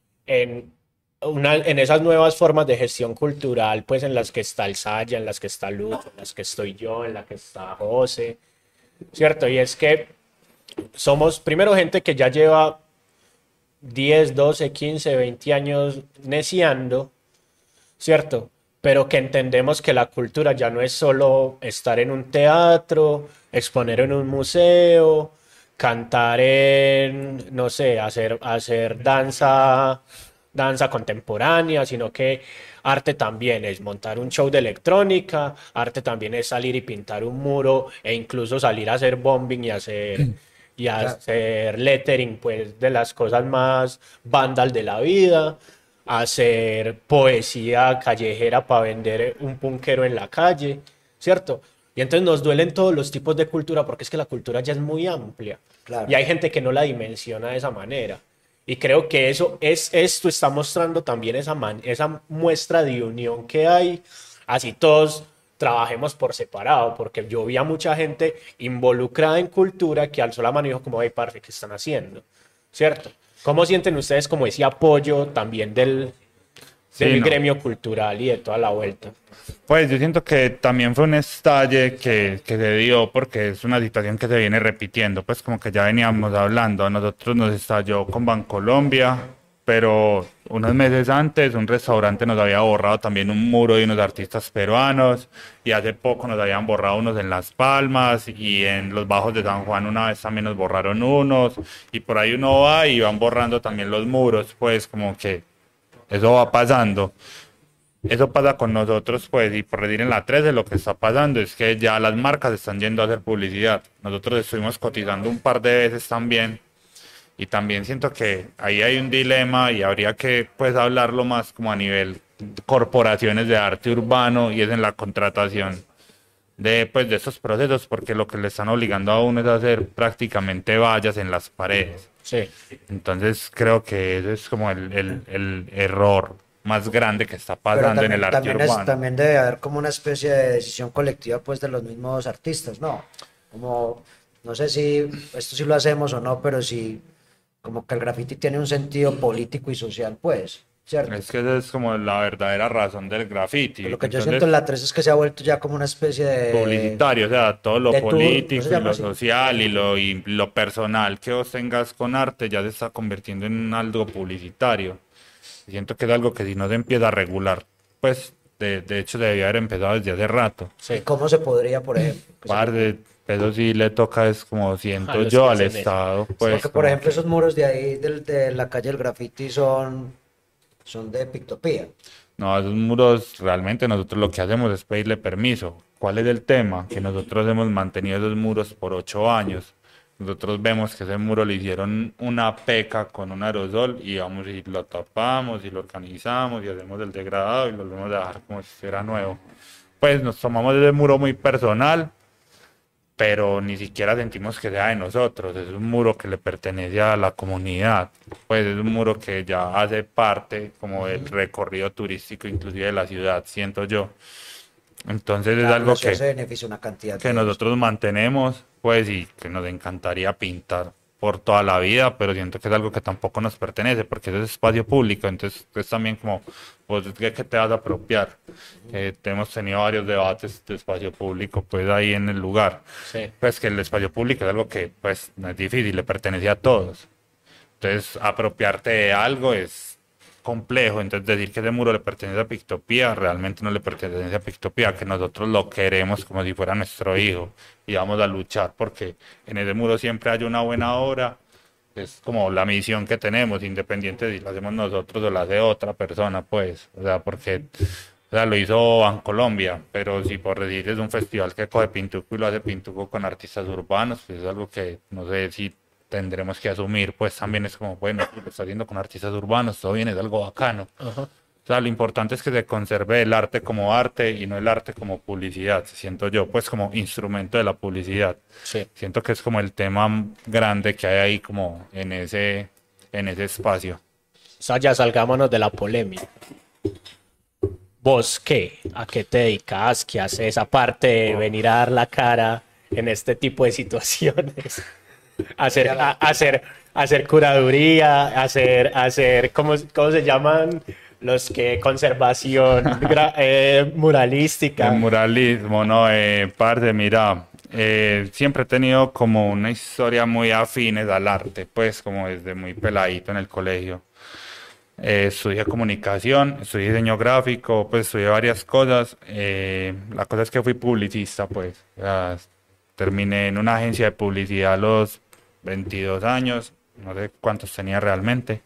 en esas nuevas formas de gestión cultural, pues en las que está el Saya, en las que está Lucho, en las que estoy yo, en las que está José, ¿cierto? Y es que somos primero gente que ya lleva 10, 12, 15, 20 años neciando, ¿cierto? Pero que entendemos que la cultura ya no es solo estar en un teatro, exponer en un museo, cantar no sé, hacer danza contemporánea, sino que arte también es montar un show de electrónica, arte también es salir y pintar un muro e incluso salir a hacer bombing y hacer lettering, pues de las cosas más vandal de la vida, hacer poesía callejera para vender un punquero en la calle, ¿cierto? Y entonces nos duelen todos los tipos de cultura porque es que la cultura ya es muy amplia. Claro. Y hay gente que no la dimensiona de esa manera. Y creo que esto está mostrando también esa muestra de unión que hay, así todos trabajemos por separado, porque yo vi a mucha gente involucrada en cultura que alzó la mano y dijo como, hey, parce, ¿qué están haciendo? ¿Cierto? ¿Cómo sienten ustedes como ese apoyo también del Sí, no. gremio cultural y de toda la vuelta? Pues yo siento que también fue un estalle que se dio porque es una situación que se viene repitiendo, pues como que ya veníamos hablando, a nosotros nos estalló con Bancolombia, pero unos meses antes un restaurante nos había borrado también un muro de unos artistas peruanos y hace poco nos habían borrado unos en Las Palmas y en los Bajos de San Juan una vez también nos borraron unos y por ahí uno va y van borrando también los muros, pues como que eso va pasando. Eso pasa con nosotros, pues, y por decir en la 13 lo que está pasando es que ya las marcas están yendo a hacer publicidad. Nosotros estuvimos cotizando un par de veces también y también siento que ahí hay un dilema y habría que, pues, hablarlo más como a nivel corporaciones de arte urbano y es en la contratación pues, de estos procesos porque lo que le están obligando a uno es hacer prácticamente vallas en las paredes. Sí. Entonces creo que ese es como el error más grande que está Pero pasando en el arte también, urbano. también debe haber como una especie de decisión colectiva pues de los mismos artistas, ¿no? Como, no sé si esto sí lo hacemos o no, pero sí como que el graffiti tiene un sentido político y social, pues, ¿cierto? Es que esa es como la verdadera razón del graffiti. Pero lo que yo Entonces, siento en la 3 es que se ha vuelto ya como una especie de... publicitario, o sea, todo lo de tour, ¿no político se y llama lo así? social y lo personal que vos tengas con arte ya se está convirtiendo en algo publicitario. Y siento que es algo que si no se empieza a regular, pues de hecho debería haber empezado desde hace rato. ¿Y cómo se podría, por ejemplo? Que se- Parce, eso sí le toca, es como siento A los yo que al hacen eso. Estado, pues. Porque, por como ejemplo, que- esos muros de ahí, de la calle del graffiti, son de Pictopía. No, esos muros realmente nosotros lo que hacemos es pedirle permiso. ¿Cuál es el tema? Que nosotros hemos mantenido esos muros por 8 años. nosotros vemos que ese muro le hicieron una peca con un aerosol y vamos y lo tapamos y lo organizamos y hacemos el degradado y lo volvemos a dejar como si fuera nuevo. Pues nos tomamos ese muro muy personal, pero ni siquiera sentimos que sea de nosotros. Es un muro que le pertenece a la comunidad. Pues es un muro que ya hace parte como del recorrido turístico inclusive de la ciudad, siento yo. Entonces es Claro, algo la ciudad que se beneficia una cantidad que de ellos. nosotros mantenemos, pues, y que nos encantaría pintar por toda la vida, pero siento que es algo que tampoco nos pertenece, porque eso es espacio público, entonces es también como, pues, ¿de qué te vas a apropiar? Hemos tenido varios debates de espacio público, pues, ahí en el lugar. Sí. Pues que el espacio público es algo que, pues, no es difícil, le pertenece a todos. Entonces, apropiarte de algo es complejo. Entonces, decir que ese muro le pertenece a Pictopía, realmente no le pertenece a Pictopía, que nosotros lo queremos como si fuera nuestro hijo y vamos a luchar porque en ese muro siempre hay una buena obra. Es como la misión que tenemos, independiente de si la hacemos nosotros o la hace otra persona, pues. O sea, porque lo hizo Bancolombia, pero si por decir es un festival que coge Pintuco y lo hace Pintuco con artistas urbanos, pues es algo que no sé si tendremos que asumir, pues también es como, bueno, lo está haciendo con artistas urbanos, todo bien, es algo bacano. Ajá. O sea, lo importante es que se conserve el arte como arte y no el arte como publicidad, siento yo, pues como instrumento de la publicidad. Sí. Siento que es como el tema grande que hay ahí como en ese espacio. O sea, ya salgámonos de la polémica. ¿Vos qué? ¿A qué te dedicas? ¿Qué haces aparte de venir a dar la cara en este tipo de situaciones? Hacer curaduría, ¿cómo se llaman? Los que conservación muralística. El muralismo, ¿no? Parce, mira, siempre he tenido como una historia muy afines al arte, pues como desde muy peladito en el colegio. Estudié comunicación, estudié diseño gráfico, pues estudié varias cosas. La cosa es que fui publicista, pues. O sea, terminé en una agencia de publicidad a los 22 años, no sé cuántos tenía realmente,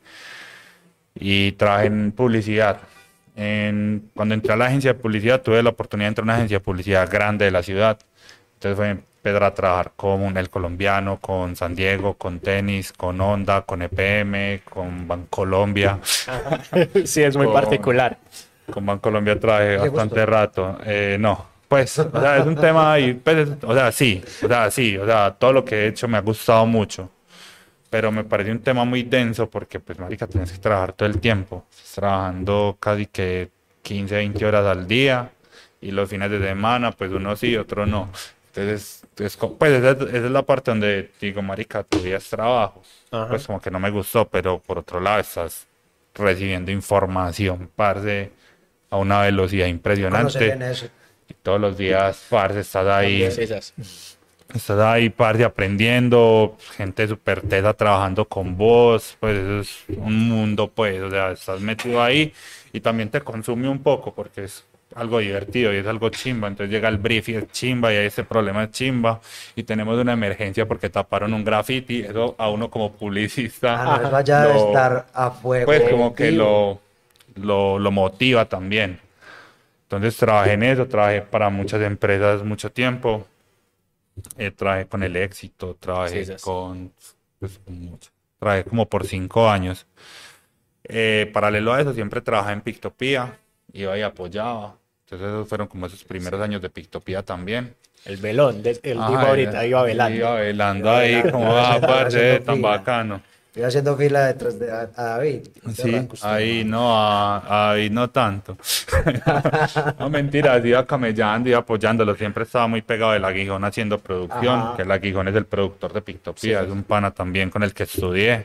y trabajé en publicidad. Cuando entré a la agencia de publicidad, tuve la oportunidad de entrar a una agencia de publicidad grande de la ciudad. Entonces fue empezar a trabajar con El Colombiano, con San Diego, con Tenis, con Honda, con EPM, con Bancolombia. Sí, es muy Con- particular. Con Bancolombia trabajé ¿Le bastante gustó? rato. No, pues, o sea, es un tema y, pues, o sea, sí, o sea, todo lo que he hecho me ha gustado mucho. Pero me parece un tema muy denso porque, pues, marica, tienes que trabajar todo el tiempo. Estás trabajando casi que 15, 20 horas al día y los fines de semana, pues, uno sí, otro no. Entonces, pues, esa es la parte donde digo, marica, tu vida es trabajo. Ajá. Pues, como que no me gustó, pero por otro lado estás recibiendo información, parce, a una velocidad Conocer impresionante. en eso. Y todos los días, parce, estás ahí. Sí, esas. Estás ahí, parce, aprendiendo, gente súper tesa trabajando con vos, pues eso es un mundo, pues, o sea, estás metido ahí y también te consume un poco porque es algo divertido y es algo chimba, entonces llega el brief y es chimba y hay ese problema es chimba y tenemos una emergencia porque taparon un graffiti, eso a uno como publicista, Ah, no, eso allá debe lo- estar a fuego. pues como que vivo. lo motiva también. Entonces trabajé en eso, trabajé para muchas empresas mucho tiempo. Trabajé con El Éxito, trabajé Sí, esas. pues, trabajé como por 5 años. Paralelo a eso, siempre trabajé en Pictopía, iba y apoyaba. Entonces esos fueron como esos primeros años de Pictopía también. El velón, él dijo Ajá, ahorita, iba velando. Iba velando Iba ahí, velando, como iba va, haciendo- parce, haciendo tan fila. bacano. Estoy haciendo fila detrás de a David. Sí, Arranca usted, ahí ¿no? no, ahí no tanto. No, mentira, iba camellando, iba apoyándolo. Siempre estaba muy pegado del Aguijón haciendo producción, Ajá. que el Aguijón es el productor de Pictopía, Sí. es un pana también con el que estudié.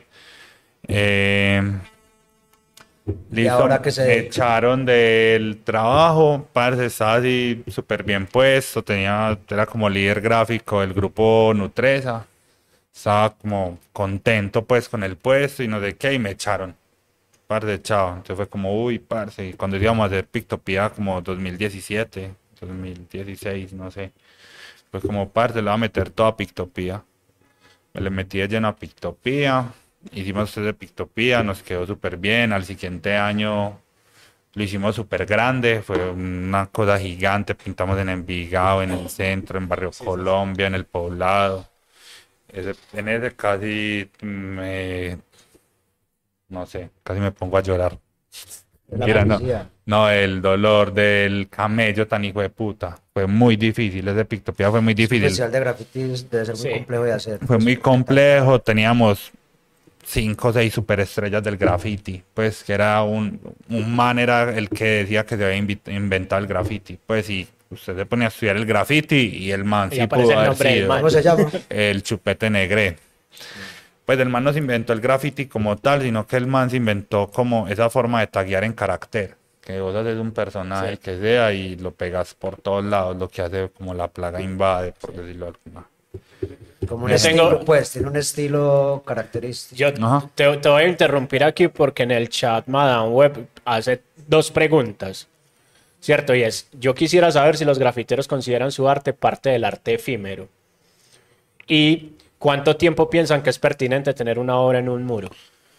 Eh, Listo, ahora que se- me echaron del trabajo, parce, estaba así súper bien puesto, era como líder gráfico del grupo Nutresa, estaba como contento pues con el puesto y no sé qué, y me echaron, parce, chao, entonces fue como, uy, parce, y cuando íbamos a hacer Pictopía como 2017, 2016, no sé, pues como, parce, le voy a meter toda Pictopía, me le metí de lleno a Pictopía. Hicimos de Pictopía, nos quedó súper bien. Al siguiente año lo hicimos súper grande, fue una cosa gigante. Pintamos en Envigado, en el centro, en Barrio Colombia, en el Poblado. En ese casi no sé, casi me pongo a llorar. La Mentira, no. policía. No, el dolor del camello tan hijo de puta. Fue muy difícil, ese Pictopía fue muy difícil. Especial de grafitis debe ser muy Sí. complejo de hacer. Fue pues, muy porque complejo, teníamos 5 o 6 superestrellas del graffiti, pues que era un man era el que decía que se había inventado el graffiti, pues y usted se ponía a estudiar el graffiti y el man Y sí aparece pudo el haber nombre del sido man. ¿Cómo se llama? el Chupete Negré. Pues el man no se inventó el graffiti como tal, sino que el man se inventó como esa forma de taguear en carácter. Que vos haces un personaje Sí. que sea y lo pegas por todos lados, lo que hace como la plaga invade, por decirlo alguna. Como un Yo tengo- estilo, pues, tiene un estilo característico. Yo Ajá. te voy a interrumpir aquí porque en el chat Madame Web hace dos preguntas, ¿cierto? Y es, yo quisiera saber si los grafiteros consideran su arte parte del arte efímero. ¿Y cuánto tiempo piensan que es pertinente tener una obra en un muro?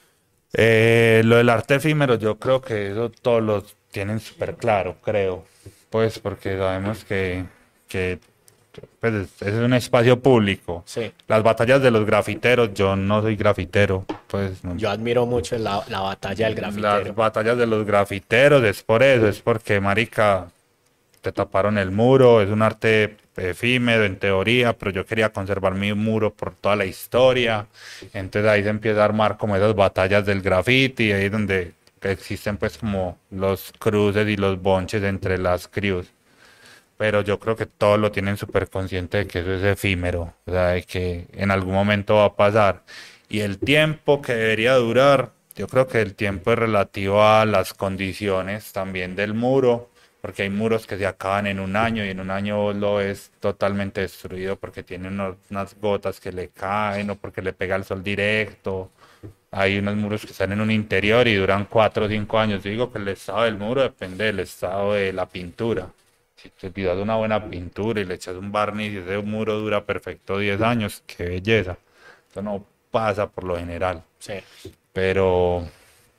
Lo del arte efímero, yo creo que eso todos lo tienen súper claro, creo. Pues porque sabemos que pues, es un espacio público. Sí. Las batallas de los grafiteros, yo no soy grafitero, pues no. Yo admiro mucho la batalla del Las grafitero. batallas de los grafiteros es por eso, es porque, marica, te taparon el muro, es un arte efímero en teoría, pero yo quería conservar mi muro por toda la historia. Entonces ahí se empieza a armar como esas batallas del graffiti, ahí es donde existen pues como los cruces y los bonches entre las crews. Pero yo creo que todos lo tienen súper consciente de que eso es efímero, o sea, de que en algún momento va a pasar. Y el tiempo que debería durar, yo creo que el tiempo es relativo a las condiciones también del muro, porque hay muros que se acaban en un año y en un año vos lo ves totalmente destruido porque tiene unas gotas que le caen o porque le pega el sol directo. Hay unos muros que están en un interior y duran 4 o 5 años. Yo digo que el estado del muro depende del estado de la pintura. Si te olvidas de una buena pintura y le echas un barniz y ese muro dura perfecto 10 años, qué belleza. Eso no pasa por lo general. Sí. Pero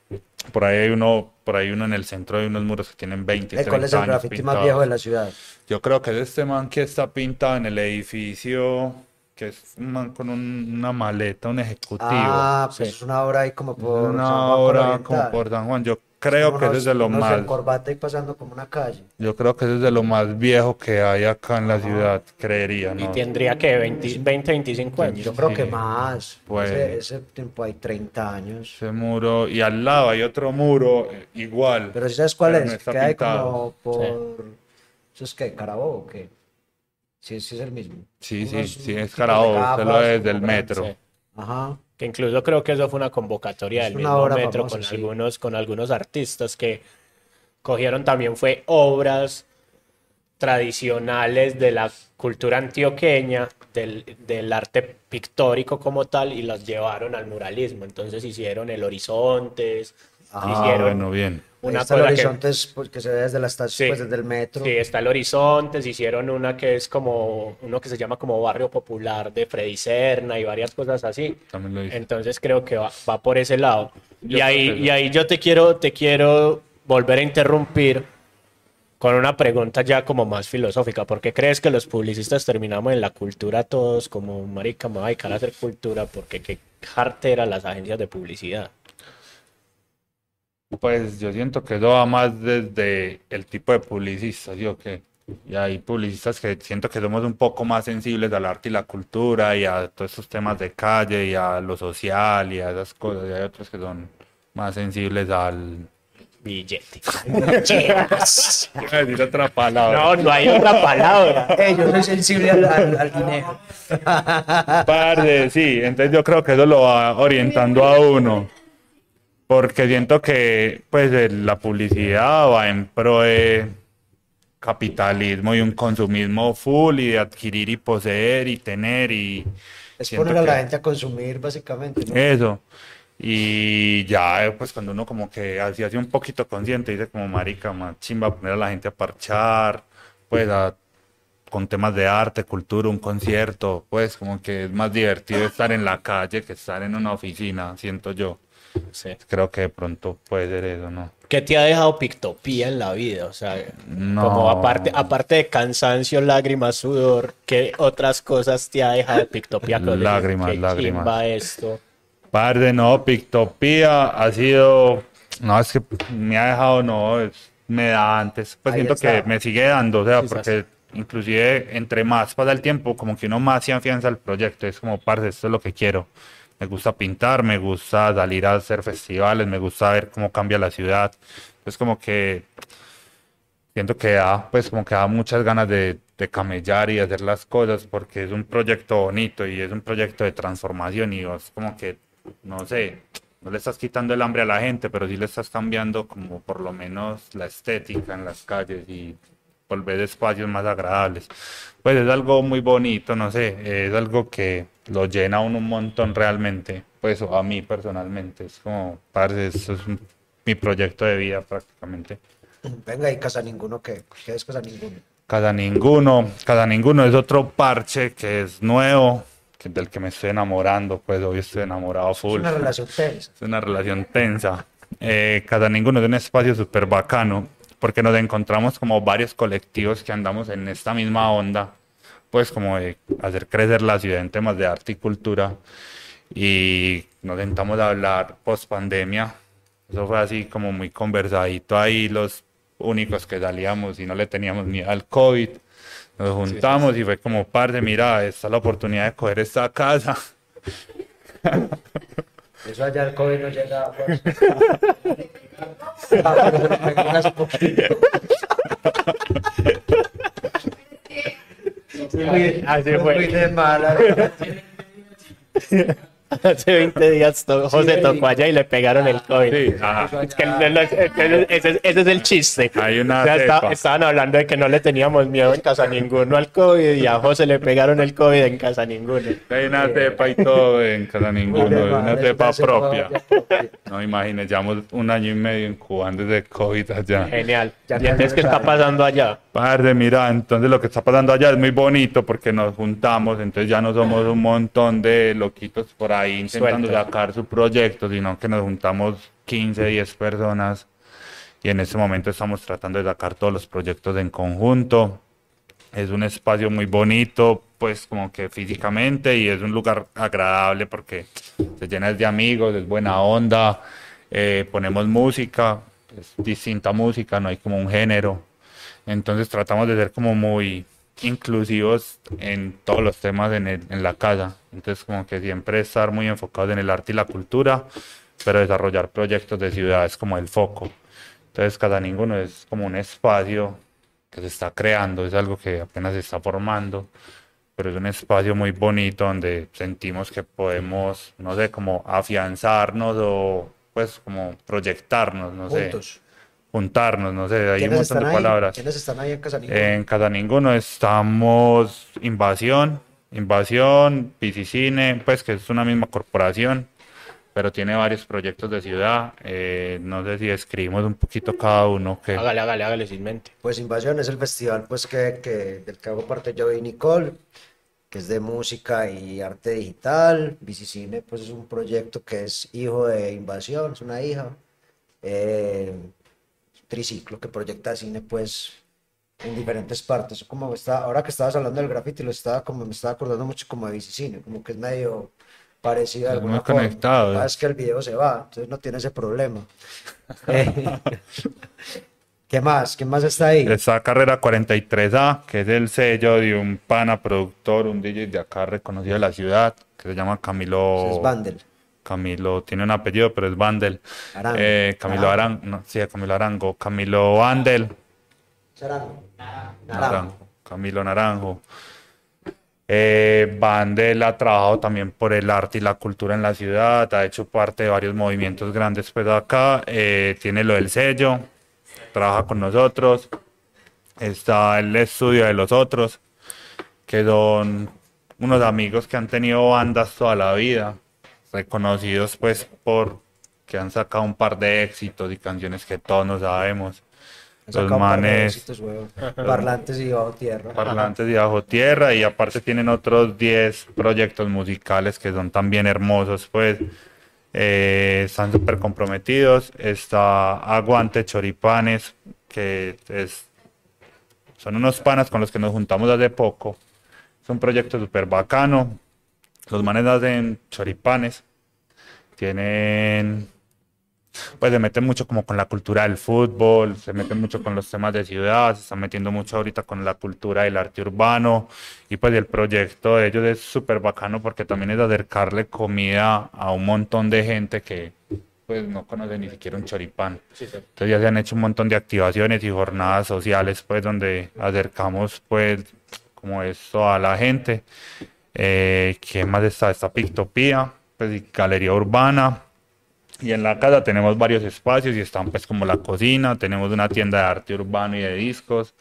por ahí uno en el centro hay unos muros que tienen 20, ¿Cuál es 30 el años graffiti más pintados. viejo de la ciudad? Yo creo que es este man que está pintado en el edificio, que es un man con una maleta, un ejecutivo. Ah, pues Sí. es una obra ahí como por San Una Juan obra Oriental. como por San Juan. Yo creo que ese es de lo unos más, en corbata y pasando como una calle. yo creo que ese es de lo más viejo que hay acá en la Ajá. ciudad, creería, Y ¿no? tendría que 20, 25 años. Yo creo Sí, que más. pues. Ese tiempo hay 30 años. Ese muro, y al lado hay otro muro igual, Pero si sabes cuál pero es, no está que hay pintado. como por... ¿Eso es qué? ¿Carabobo o qué? Sí, sí es el mismo. Sí, sí, Unos sí, es tipos de Carabobo, usted lo gafas ve como desde el grandes. metro. Sí. Ajá. Que incluso creo que eso fue una convocatoria Es del una mismo obra metro famosa, sí. con algunos artistas que cogieron también fue obras tradicionales de la cultura antioqueña, del arte pictórico como tal, y las llevaron al muralismo. Entonces hicieron el Horizontes, Ah, hicieron Bueno, bien. Ahí una está el cosa que... horizonte pues, que se ve desde la estación, Sí, pues desde el metro. sí, está el Horizontes, hicieron una que es como, uno que se llama como Barrio Popular de Freddy Serna y varias cosas así. También lo hice. Entonces creo que va por ese lado. Yo Y creo ahí, que y ahí yo te quiero volver a interrumpir con una pregunta ya como más filosófica. ¿Por qué crees que los publicistas terminamos en la cultura todos como marica, me voy a dedicar a hacer cultura? Porque qué jartera las agencias de publicidad. Pues yo siento que eso va más desde el tipo de publicistas, ¿sí o qué? Y hay publicistas que siento que somos un poco más sensibles al arte y la cultura y a todos estos temas de calle y a lo social y a esas cosas. Y hay otros que son más sensibles al... Billete. Iba a decir otra palabra. No, no hay otra palabra. Yo soy sensible al dinero. Parce, sí, entonces yo creo que eso lo va orientando a uno. Porque siento que pues la publicidad va en pro de capitalismo y un consumismo full y de adquirir y poseer y tener y Es siento poner a la que gente a consumir, básicamente, ¿no? eso. Y ya pues cuando uno como que así hace un poquito consciente dice como marica, más chimba poner a la gente a parchar, pues a con temas de arte, cultura, un concierto, pues como que es más divertido estar en la calle que estar en una oficina, siento yo. Sí. Creo que de pronto puede ser eso, ¿no? ¿Qué te ha dejado Pictopía en la vida? O sea, No. como aparte de cansancio, lágrimas, sudor, ¿qué otras cosas te ha dejado Pictopía? Lágrimas, ¿Qué lágrimas. chimba esto? Parce, no, Pictopía ha sido, no, es que me ha dejado, no, me da antes, pues Ahí siento está. que me sigue dando, o sea, Sí, porque inclusive entre más pasa el tiempo, como que uno más se afianza al proyecto, es como, parce, esto es lo que quiero. Me gusta pintar, me gusta salir a hacer festivales, me gusta ver cómo cambia la ciudad. Es como que siento que da, pues como que da muchas ganas de camellar y de hacer las cosas porque es un proyecto bonito y es un proyecto de transformación y es como que, no sé, no le estás quitando el hambre a la gente, pero sí le estás cambiando como por lo menos la estética en las calles y volver espacios más agradables. Pues es algo muy bonito, no sé, es algo que lo llena a uno un montón realmente, pues a mí personalmente, es como, parce, eso es mi proyecto de vida prácticamente. Venga, y Casa Ninguno, ¿qué es Casa Ninguno? Cada ninguno es otro parche que es nuevo, del que me estoy enamorando, pues hoy estoy enamorado Es full. una relación tensa. Es una relación tensa. Cada ninguno es un espacio súper bacano, porque nos encontramos como varios colectivos que andamos en esta misma onda, pues como de hacer crecer la ciudad en temas de arte y cultura, y nos sentamos a hablar post pandemia. Eso fue así como muy conversadito ahí, los únicos que salíamos y no le teníamos miedo al COVID. Nos juntamos y fue como, parce, mira, esta es la oportunidad de coger esta casa. Eso allá el COVID no llega. Pues. Ah, pero me pegas un poquito. Así Muy fue. de mala. Hace 20 días José tocó allá y le pegaron el COVID. Sí, ajá. Es que ese es el chiste. Hay una O sea, cepa. estaban hablando de que no le teníamos miedo en casa ninguno al COVID y a José le pegaron el COVID en casa ninguno. Hay una cepa y todo en cada ninguno, es una cepa propia. propia. No imagines, llevamos 1 año y medio incubando desde COVID allá. Genial. Ya ¿Y entonces qué sabe. está pasando allá? Parce, mira, entonces lo que está pasando allá es muy bonito porque nos juntamos, entonces ya no somos un montón de loquitos por ahí intentando Sueltos. sacar su proyecto, sino que nos juntamos 15, 10 personas y en este momento estamos tratando de sacar todos los proyectos en conjunto. Es un espacio muy bonito, pues como que físicamente y es un lugar agradable porque se llena de amigos, es buena onda, ponemos música, es distinta música, no hay como un género. Entonces tratamos de ser como muy inclusivos en todos los temas en la casa. Entonces como que siempre estar muy enfocados en el arte y la cultura, pero desarrollar proyectos de ciudad es como el foco. Entonces cada ninguno es como un espacio que se está creando, es algo que apenas se está formando, pero es un espacio muy bonito donde sentimos que podemos, no sé, como afianzarnos o pues como proyectarnos, no sé, Juntos. juntarnos, no sé, hay un ¿Quiénes montón están de ahí? palabras. ¿Quiénes están ahí en Casa Ninguno? En cada ninguno estamos Invasión, Piscicine, pues que es una misma corporación, pero tiene varios proyectos de ciudad. No sé si escribimos un poquito cada uno. Que Hágale sin mente. Pues Invasión es el festival pues del que hago parte yo y Nicole, que es de música y arte digital. Bicicine pues es un proyecto que es hijo de Invasión, es una hija. Triciclo que proyecta cine pues en diferentes partes. Como ahora que estabas hablando del graffiti, me estaba acordando mucho como de Bicicine, como que es medio parecido de es alguna muy forma. conectado. Lo que pasa es que el video se va, entonces no tiene ese problema. ¿Qué más? ¿Quién más está ahí? Está Carrera 43A, que es el sello de un pana productor, un DJ de acá reconocido de la ciudad, que se llama Camilo. Es Vandel. Camilo tiene un apellido, pero es Vandel. Arango. Camilo Arango, no, sí, Camilo Arango. Camilo Vandel. Naranjo. Naranjo. Camilo Naranjo. Vandel ha trabajado también por el arte y la cultura en la ciudad, ha hecho parte de varios movimientos grandes, pero acá tiene lo del sello, trabaja con nosotros, está el estudio de los otros, que son unos amigos que han tenido bandas toda la vida, reconocidos pues por que han sacado un par de éxitos y canciones que todos nos sabemos. Han Los sacado un par de manes, éxitos, weón. Parlantes y bajo tierra. parlantes de bajo tierra, y aparte tienen otros 10 proyectos musicales que son también hermosos, pues están súper comprometidos. Está Aguante Choripanes, son unos panas con los que nos juntamos hace poco. Es un proyecto súper bacano. Los manes hacen choripanes, tienen, pues se meten mucho como con la cultura del fútbol, se meten mucho con los temas de ciudad, se están metiendo mucho ahorita con la cultura del arte urbano, y pues el proyecto de ellos es súper bacano porque también es acercarle comida a un montón de gente que pues no conoce ni siquiera un choripán. Entonces ya se han hecho un montón de activaciones y jornadas sociales pues donde acercamos pues como esto a la gente. ¿Qué más está? Está Pictopía, pues y Galería Urbana. Y en la casa tenemos varios espacios y están pues como la cocina, tenemos una tienda de arte urbano y de discos,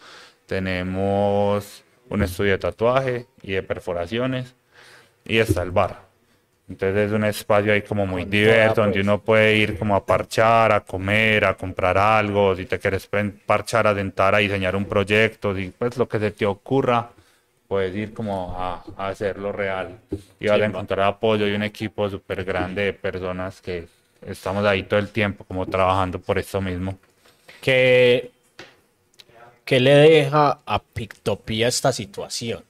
tenemos un estudio de tatuaje y de perforaciones, y está el bar. Entonces es un espacio ahí como muy diverso, donde uno puede ir como a parchar, a comer, a comprar algo, si te quieres parchar, a sentar, a diseñar un proyecto, si pues lo que se te ocurra, puedes ir como a hacerlo real. Y vas a encontrar apoyo y un equipo súper grande de personas que estamos ahí todo el tiempo como trabajando por esto mismo. ¿Qué, qué le deja a Pictopía esta situación?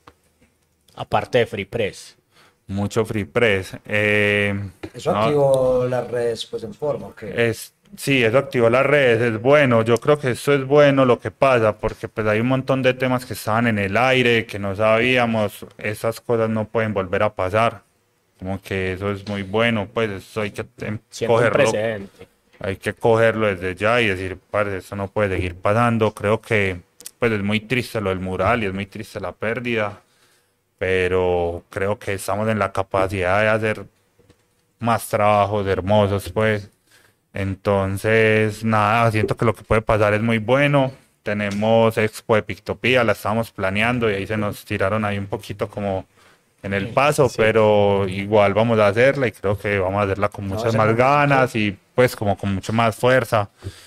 Aparte de Free Press. Mucho free press. Eso No, activó las redes pues en forma, ¿ok? sí, eso activó las redes, es bueno. Yo creo que eso es bueno lo que pasa, porque pues hay un montón de temas que estaban en el aire, que no sabíamos. Esas cosas no pueden volver a pasar. Como que eso es muy bueno, pues eso hay que Siendo un cogerlo. precedente. Hay que cogerlo desde ya y decir, parce, esto no puede seguir pasando. Creo que pues es muy triste lo del mural y es muy triste la pérdida, pero creo que estamos en la capacidad de hacer más trabajos hermosos, pues. Entonces, nada, siento que lo que puede pasar es muy bueno. Tenemos Expo de Pictopía, la estábamos planeando y ahí se nos tiraron ahí un poquito como en el paso, Sí. pero igual vamos a hacerla y creo que vamos a hacerla con No, muchas ese más momento. ganas y pues como con mucha más fuerza.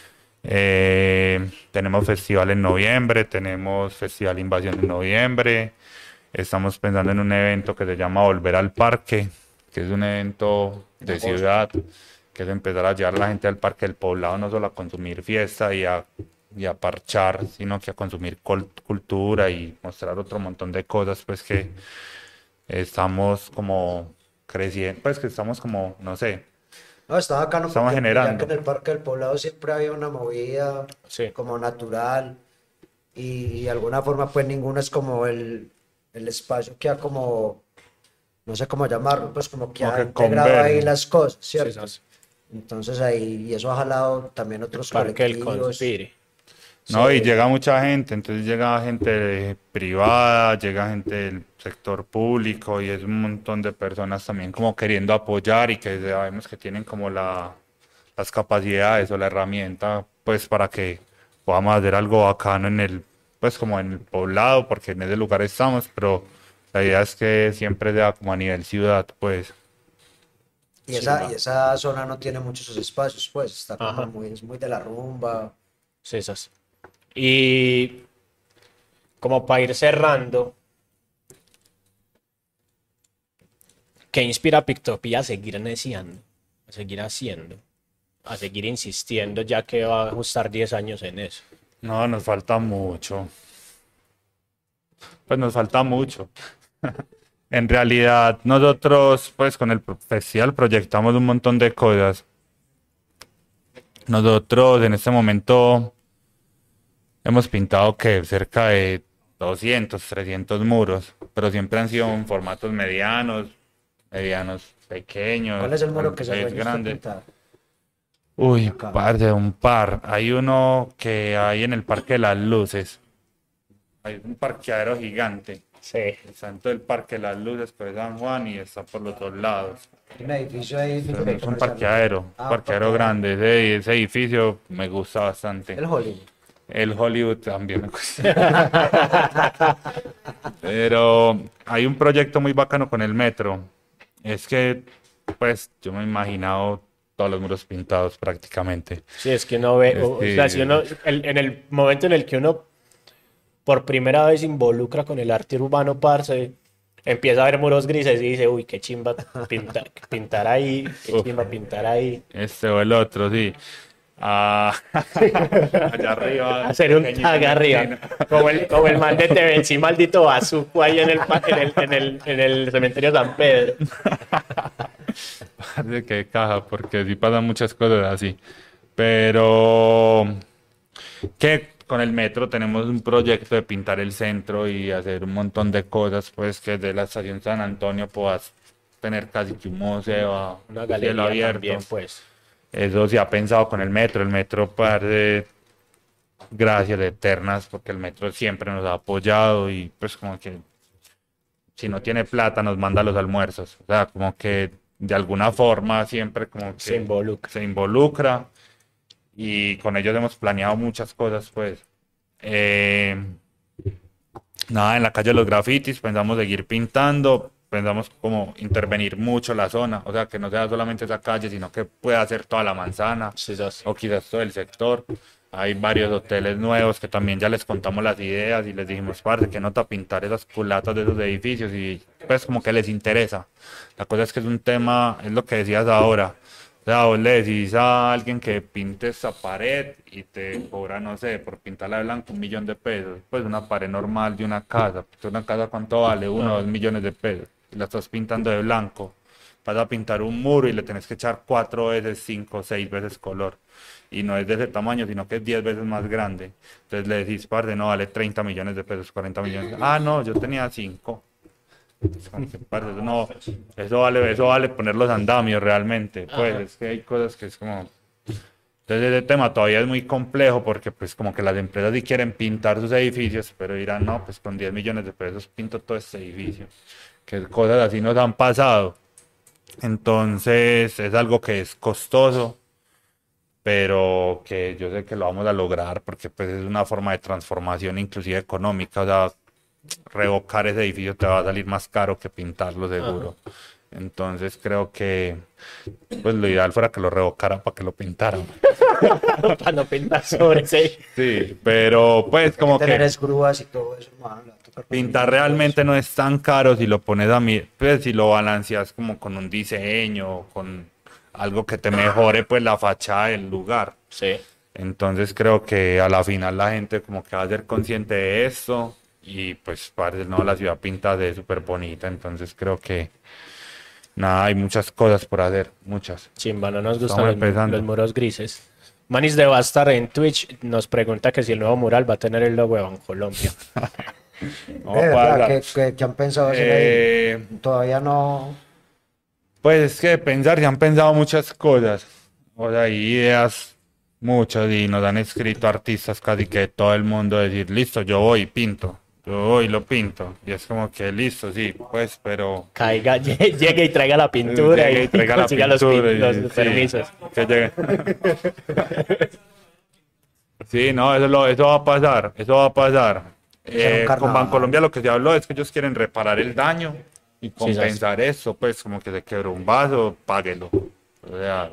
Tenemos festival en noviembre, tenemos festival Invasión en noviembre. Estamos pensando en un evento que se llama Volver al Parque, que es un evento de ciudad, que es empezar a llevar a la gente al Parque del Poblado, no solo a consumir fiesta y a parchar, sino que a consumir cultura y mostrar otro montón de cosas, pues que estamos como creciendo, pues que estamos como, no sé, No, está bacano estamos porque ya generando. que en el Parque del Poblado siempre había una movida Sí. como natural y de alguna forma pues ninguno es como el espacio que ha como, no sé cómo llamarlo, pues como que Como ha que integrado ahí converge. las cosas, Sí, ¿cierto? esas. Entonces ahí, y eso ha jalado también otros Parque del colectivos. Conspire. No, y Sí. llega mucha gente, entonces llega gente privada, llega gente del sector público y es un montón de personas también como queriendo apoyar y que sabemos que tienen como las capacidades o la herramienta pues para que podamos hacer algo bacano en el, pues como en el poblado, porque en ese lugar estamos, pero la idea es que siempre sea como a nivel ciudad, pues. Y esa zona no tiene muchos esos espacios, pues está como Ajá. muy, es muy de la rumba. Sí, esas. Y como para ir cerrando, ¿qué inspira a Pictopía a seguir neciando, a seguir haciendo, a seguir insistiendo, ya que va a ajustar 10 años en eso? No, nos falta mucho. Pues nos falta mucho. En realidad, nosotros, pues con el festival proyectamos un montón de cosas. Nosotros en este momento hemos pintado que cerca de 200, 300 muros, pero siempre han sido en formatos medianos, medianos pequeños, ¿Cuál es el muro que se es sueña usted grande. pintar? Uy, Acá. parce, un par. Hay uno que hay en el Parque de las Luces. Hay un parqueadero gigante. Sí. Está en todo el Parque de las Luces, por San Juan, y está por los dos lados. Un edificio ahí. Es un comercial. parqueadero, Ah, parqueadero grande. Ese edificio me gusta bastante. El Hollywood. El Hollywood también me gusta. Pero hay un proyecto muy bacano con el metro. Es que, pues, yo me he imaginado todos los muros pintados prácticamente. Sí, es que uno ve, o Sí. sea, si uno, en el momento en el que uno por primera vez se involucra con el arte urbano, parce, empieza a ver muros grises y dice, uy, qué chimba pintar ahí, qué Uf. chimba pintar ahí. Este o el otro, sí. Ah, allá arriba. Hacer un pequeñito tag en la arriba, esquina. como el man de Te vencí, maldito bazuco ahí en el cementerio San Pedro. Parece que caja, porque sí pasan muchas cosas así. Pero que con el metro tenemos un proyecto de pintar el centro y hacer un montón de cosas, pues que de la estación San Antonio puedas tener casi que un museo a Una cielo galería abierto. también, pues. Eso se ha pensado con el metro parte gracias eternas, porque el metro siempre nos ha apoyado y pues como que si no tiene plata nos manda los almuerzos, o sea, como que de alguna forma siempre como que Se involucra. se involucra y con ellos hemos planeado muchas cosas, pues. Eh, Nada, en la calle de los grafitis pensamos seguir pintando, pensamos como intervenir mucho la zona, o sea, que no sea solamente esa calle, sino que pueda ser toda la manzana Sí, sí, sí. o quizás todo el sector. Hay varios hoteles nuevos que también ya les contamos las ideas y les dijimos, parce, que nota pintar esas culatas de esos edificios y pues como que les interesa. La cosa es que es un tema, es lo que decías ahora. O sea, vos le decís a alguien que pinte esa pared y te cobra, no sé, por pintarla de blanco 1.000.000 de pesos. Pues una pared normal de una casa. Pues una casa, ¿cuánto vale? 1 o 2 millones de pesos. Y la estás pintando de blanco. Vas a pintar un muro y le tenés que echar 4 veces, 5, 6 veces color. Y no es de ese tamaño, sino que es 10 veces más grande. Entonces le decís, parce, no, vale 30 millones de pesos, 40 millones. Ah, no, yo tenía 5. Es como que, parce, eso no, eso vale poner los andamios realmente. Pues es que hay cosas que es como. Entonces ese tema todavía es muy complejo porque pues como que las empresas sí quieren pintar sus edificios, pero dirán, no, pues con 10 millones de pesos pinto todo este edificio. Que cosas así nos han pasado. Entonces es algo que es costoso, pero que yo sé que lo vamos a lograr porque pues es una forma de transformación inclusive económica, o sea, revocar ese edificio te va a salir más caro que pintarlo seguro. Entonces creo que pues lo ideal fuera que lo revocaran para que lo pintaran. Para no pintar sobre ese. Sí, pero pues como Tener que esgrúas y todo eso, mano, le va a tocar pintar conseguir realmente no es tan caro si lo pones a mí, pues si lo balanceas como con un diseño, con algo que te mejore pues la fachada del lugar. Sí. Entonces creo que a la final la gente como que va a ser consciente de esto y pues parece no, la ciudad pinta de súper bonita, entonces creo que nada, hay muchas cosas por hacer, muchas. Chimba, no nos Estamos gustan empezando. los muros grises. Manis de Bastar en Twitch nos pregunta que si el nuevo mural va a tener el logo de Bancolombia. No, ¿verdad? para- ¿Qué han pensado hacer Eh, ahí? Todavía no. Pues es que de pensar, se han pensado muchas cosas, o sea, hay ideas muchas y nos han escrito artistas casi que de todo el mundo decir, listo, yo voy y pinto, yo voy y lo pinto, y es como que listo, sí, pues, pero Caiga, llegue y traiga la pintura llegue y, y traiga la consiga pintura y- los sí, permisos. que llegue. Sí, no, eso va a pasar, eso va a pasar. Hacer un Con carnaval. Bancolombia lo que se habló es que ellos quieren reparar el daño y Sí, compensar eso, pues como que se quebró un vaso, páguelo. O sea,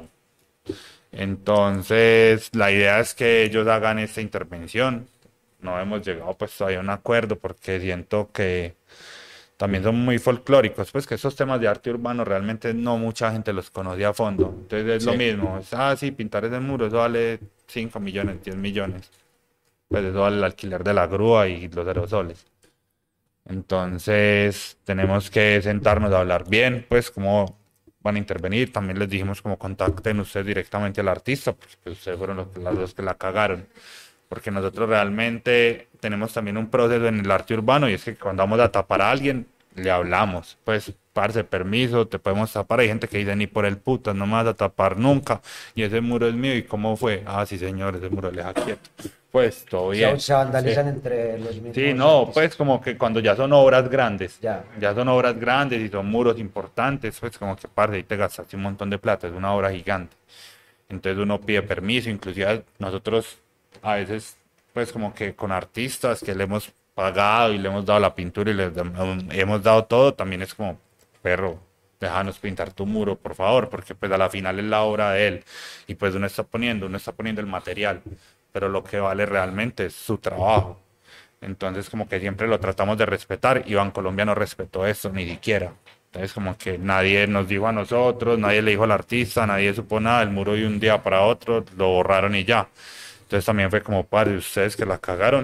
entonces la idea es que ellos hagan esta intervención. No hemos llegado pues todavía a un acuerdo porque siento que también son muy folclóricos, pues que esos temas de arte urbano realmente no mucha gente los conoce a fondo. Entonces es lo Sí. mismo, sí, pintar ese muro, eso vale 5 millones, 10 millones. Pues eso vale el alquiler de la grúa y los aerosoles. Entonces tenemos que sentarnos a hablar bien, pues cómo van a intervenir. También les dijimos como contacten ustedes directamente al artista, pues que ustedes fueron las dos que la cagaron. Porque nosotros realmente tenemos también un proceso en el arte urbano y es que cuando vamos a tapar a alguien, le hablamos. Pues, parce, permiso, te podemos tapar. Hay gente que dice, ni por el putas, no me vas a tapar nunca. Y ese muro es mío. ¿Y cómo fue? Ah, sí, señor, ese muro le deja quieto. Pues, todo bien. Se vandalizan entre los mismos. Sí, no, artistas. pues como que cuando ya son obras grandes, Ya. son obras grandes y son muros importantes, pues como que parce, ahí te gastaste un montón de plata, es una obra gigante. Entonces uno pide permiso, inclusive nosotros a veces, pues como que con artistas que le hemos pagado y le hemos dado la pintura y hemos dado todo, también es como, perro, déjanos pintar tu muro, por favor, porque pues a la final es la obra de él y pues uno está poniendo el material, pero lo que vale realmente es su trabajo. Entonces como que siempre lo tratamos de respetar y Bancolombia no respetó eso, ni siquiera. Entonces como que nadie nos dijo a nosotros, nadie le dijo al artista, nadie supo nada, el muro de un día para otro lo borraron y ya. Entonces también fue como, padre, ustedes que la cagaron,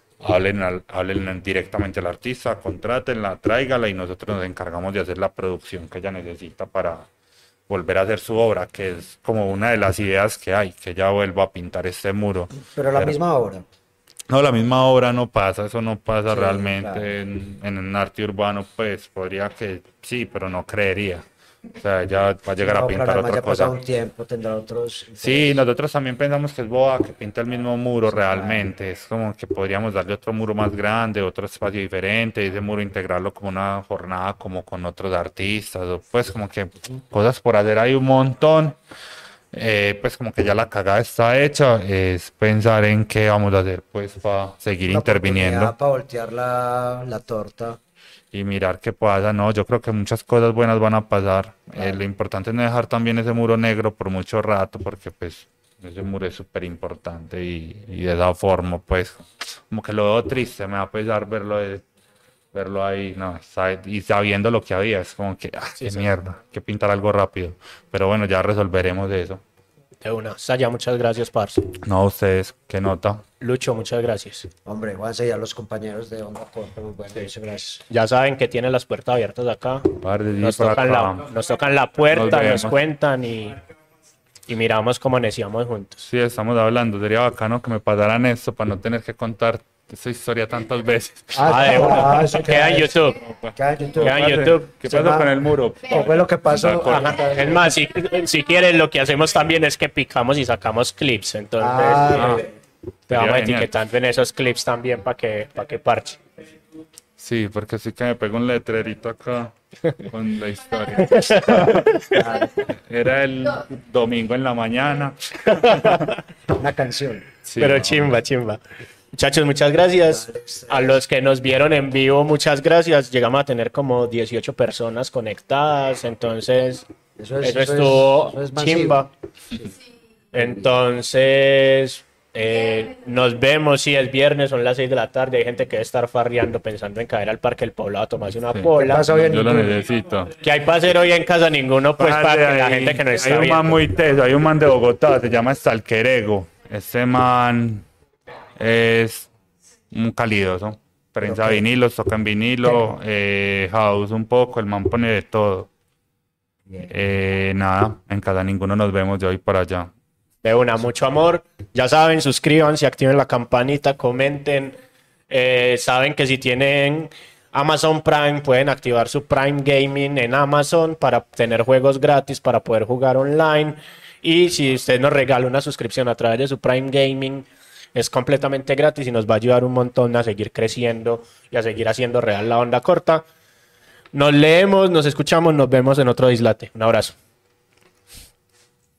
hablen directamente al artista, contrátenla, tráigala y nosotros nos encargamos de hacer la producción que ella necesita para volver a hacer su obra, que es como una de las ideas que hay, que ella vuelva a pintar este muro. Pero la misma obra. No, la misma obra no pasa, eso no pasa Sí, realmente claro. en el arte urbano, pues podría que sí, pero no creería. O sea, ella va a llegar a No, pintar claro, además otra ya ha pasado cosa. un tiempo, tendrá otros. Sí, nosotros también pensamos que es boba que pinta el mismo muro realmente. Es como que podríamos darle otro muro más grande, otro espacio diferente, ese muro integrarlo como una jornada como con otros artistas, o pues como que cosas por hacer hay un montón. Pues como que ya la cagada está hecha, es pensar en qué vamos a hacer pues para seguir interviniendo Para voltear la torta. y mirar qué pasa. No, yo creo que muchas cosas buenas van a pasar. Lo importante es no dejar también ese muro negro por mucho rato, porque pues ese muro es súper importante y de esa forma pues como que lo veo triste, me va a pesar verlo ahí, no, y sabiendo lo que había, es como que, qué mierda, hay que pintar algo rápido. Pero bueno, ya resolveremos eso. De una. Saya, muchas gracias, parce. No, ustedes, ¿qué nota? Lucho, muchas gracias. Hombre, Juanse y a los compañeros de Onda Corta, muy bueno, muchas gracias. Ya saben que tienen las puertas abiertas acá. Parce, sí, Nos por tocan acá. nos tocan la puerta, Nos nos vemos. cuentan y miramos cómo neciamos juntos. Sí, estamos hablando, sería bacano que me pasaran esto para no tener que contar esa historia tantas veces. De una. eso Queda en YouTube. Queda en YouTube. Queda en Parce, YouTube. ¿Qué Se pasó va- con el muro? ¿Qué fue lo que pasó? Ajá. Es más, si quieren, lo que hacemos también es que picamos y sacamos clips. Entonces, Ah, te vamos genial. etiquetando en esos clips también para que parche. Sí, porque sí que me pegó un letrerito acá con la historia. Era el domingo en la mañana. una canción. Sí, Pero no. chimba. Muchachos, muchas gracias. A los que nos vieron en vivo, muchas gracias. Llegamos a tener como 18 personas conectadas. Entonces, eso estuvo masivo. chimba. Entonces, nos vemos. Si es viernes, son las 6 de la tarde. Hay gente que debe estar farreando pensando en caer al Parque del Poblado a tomarse una Sí. pola. ¿Qué pasó hoy en Yo lo YouTube? necesito. Que hay para hacer hoy en casa ninguno, pues Parce, para que la hay- gente que nos hay está un man viendo. muy teso, hay un man de Bogotá, se llama Stalkerego. Este man es un calidoso. Prensa vinilos, toca en vinilo, house un poco, el man pone de todo. Nada, en casa ninguno nos vemos de hoy para allá. De una, mucho amor. Ya saben, suscríbanse, activen la campanita, comenten. Saben que si tienen Amazon Prime, pueden activar su Prime Gaming en Amazon para tener juegos gratis, para poder jugar online. Y si usted nos regala una suscripción a través de su Prime Gaming, es completamente gratis y nos va a ayudar un montón a seguir creciendo y a seguir haciendo real la onda corta. Nos leemos, nos escuchamos, nos vemos en otro dislate. Un abrazo.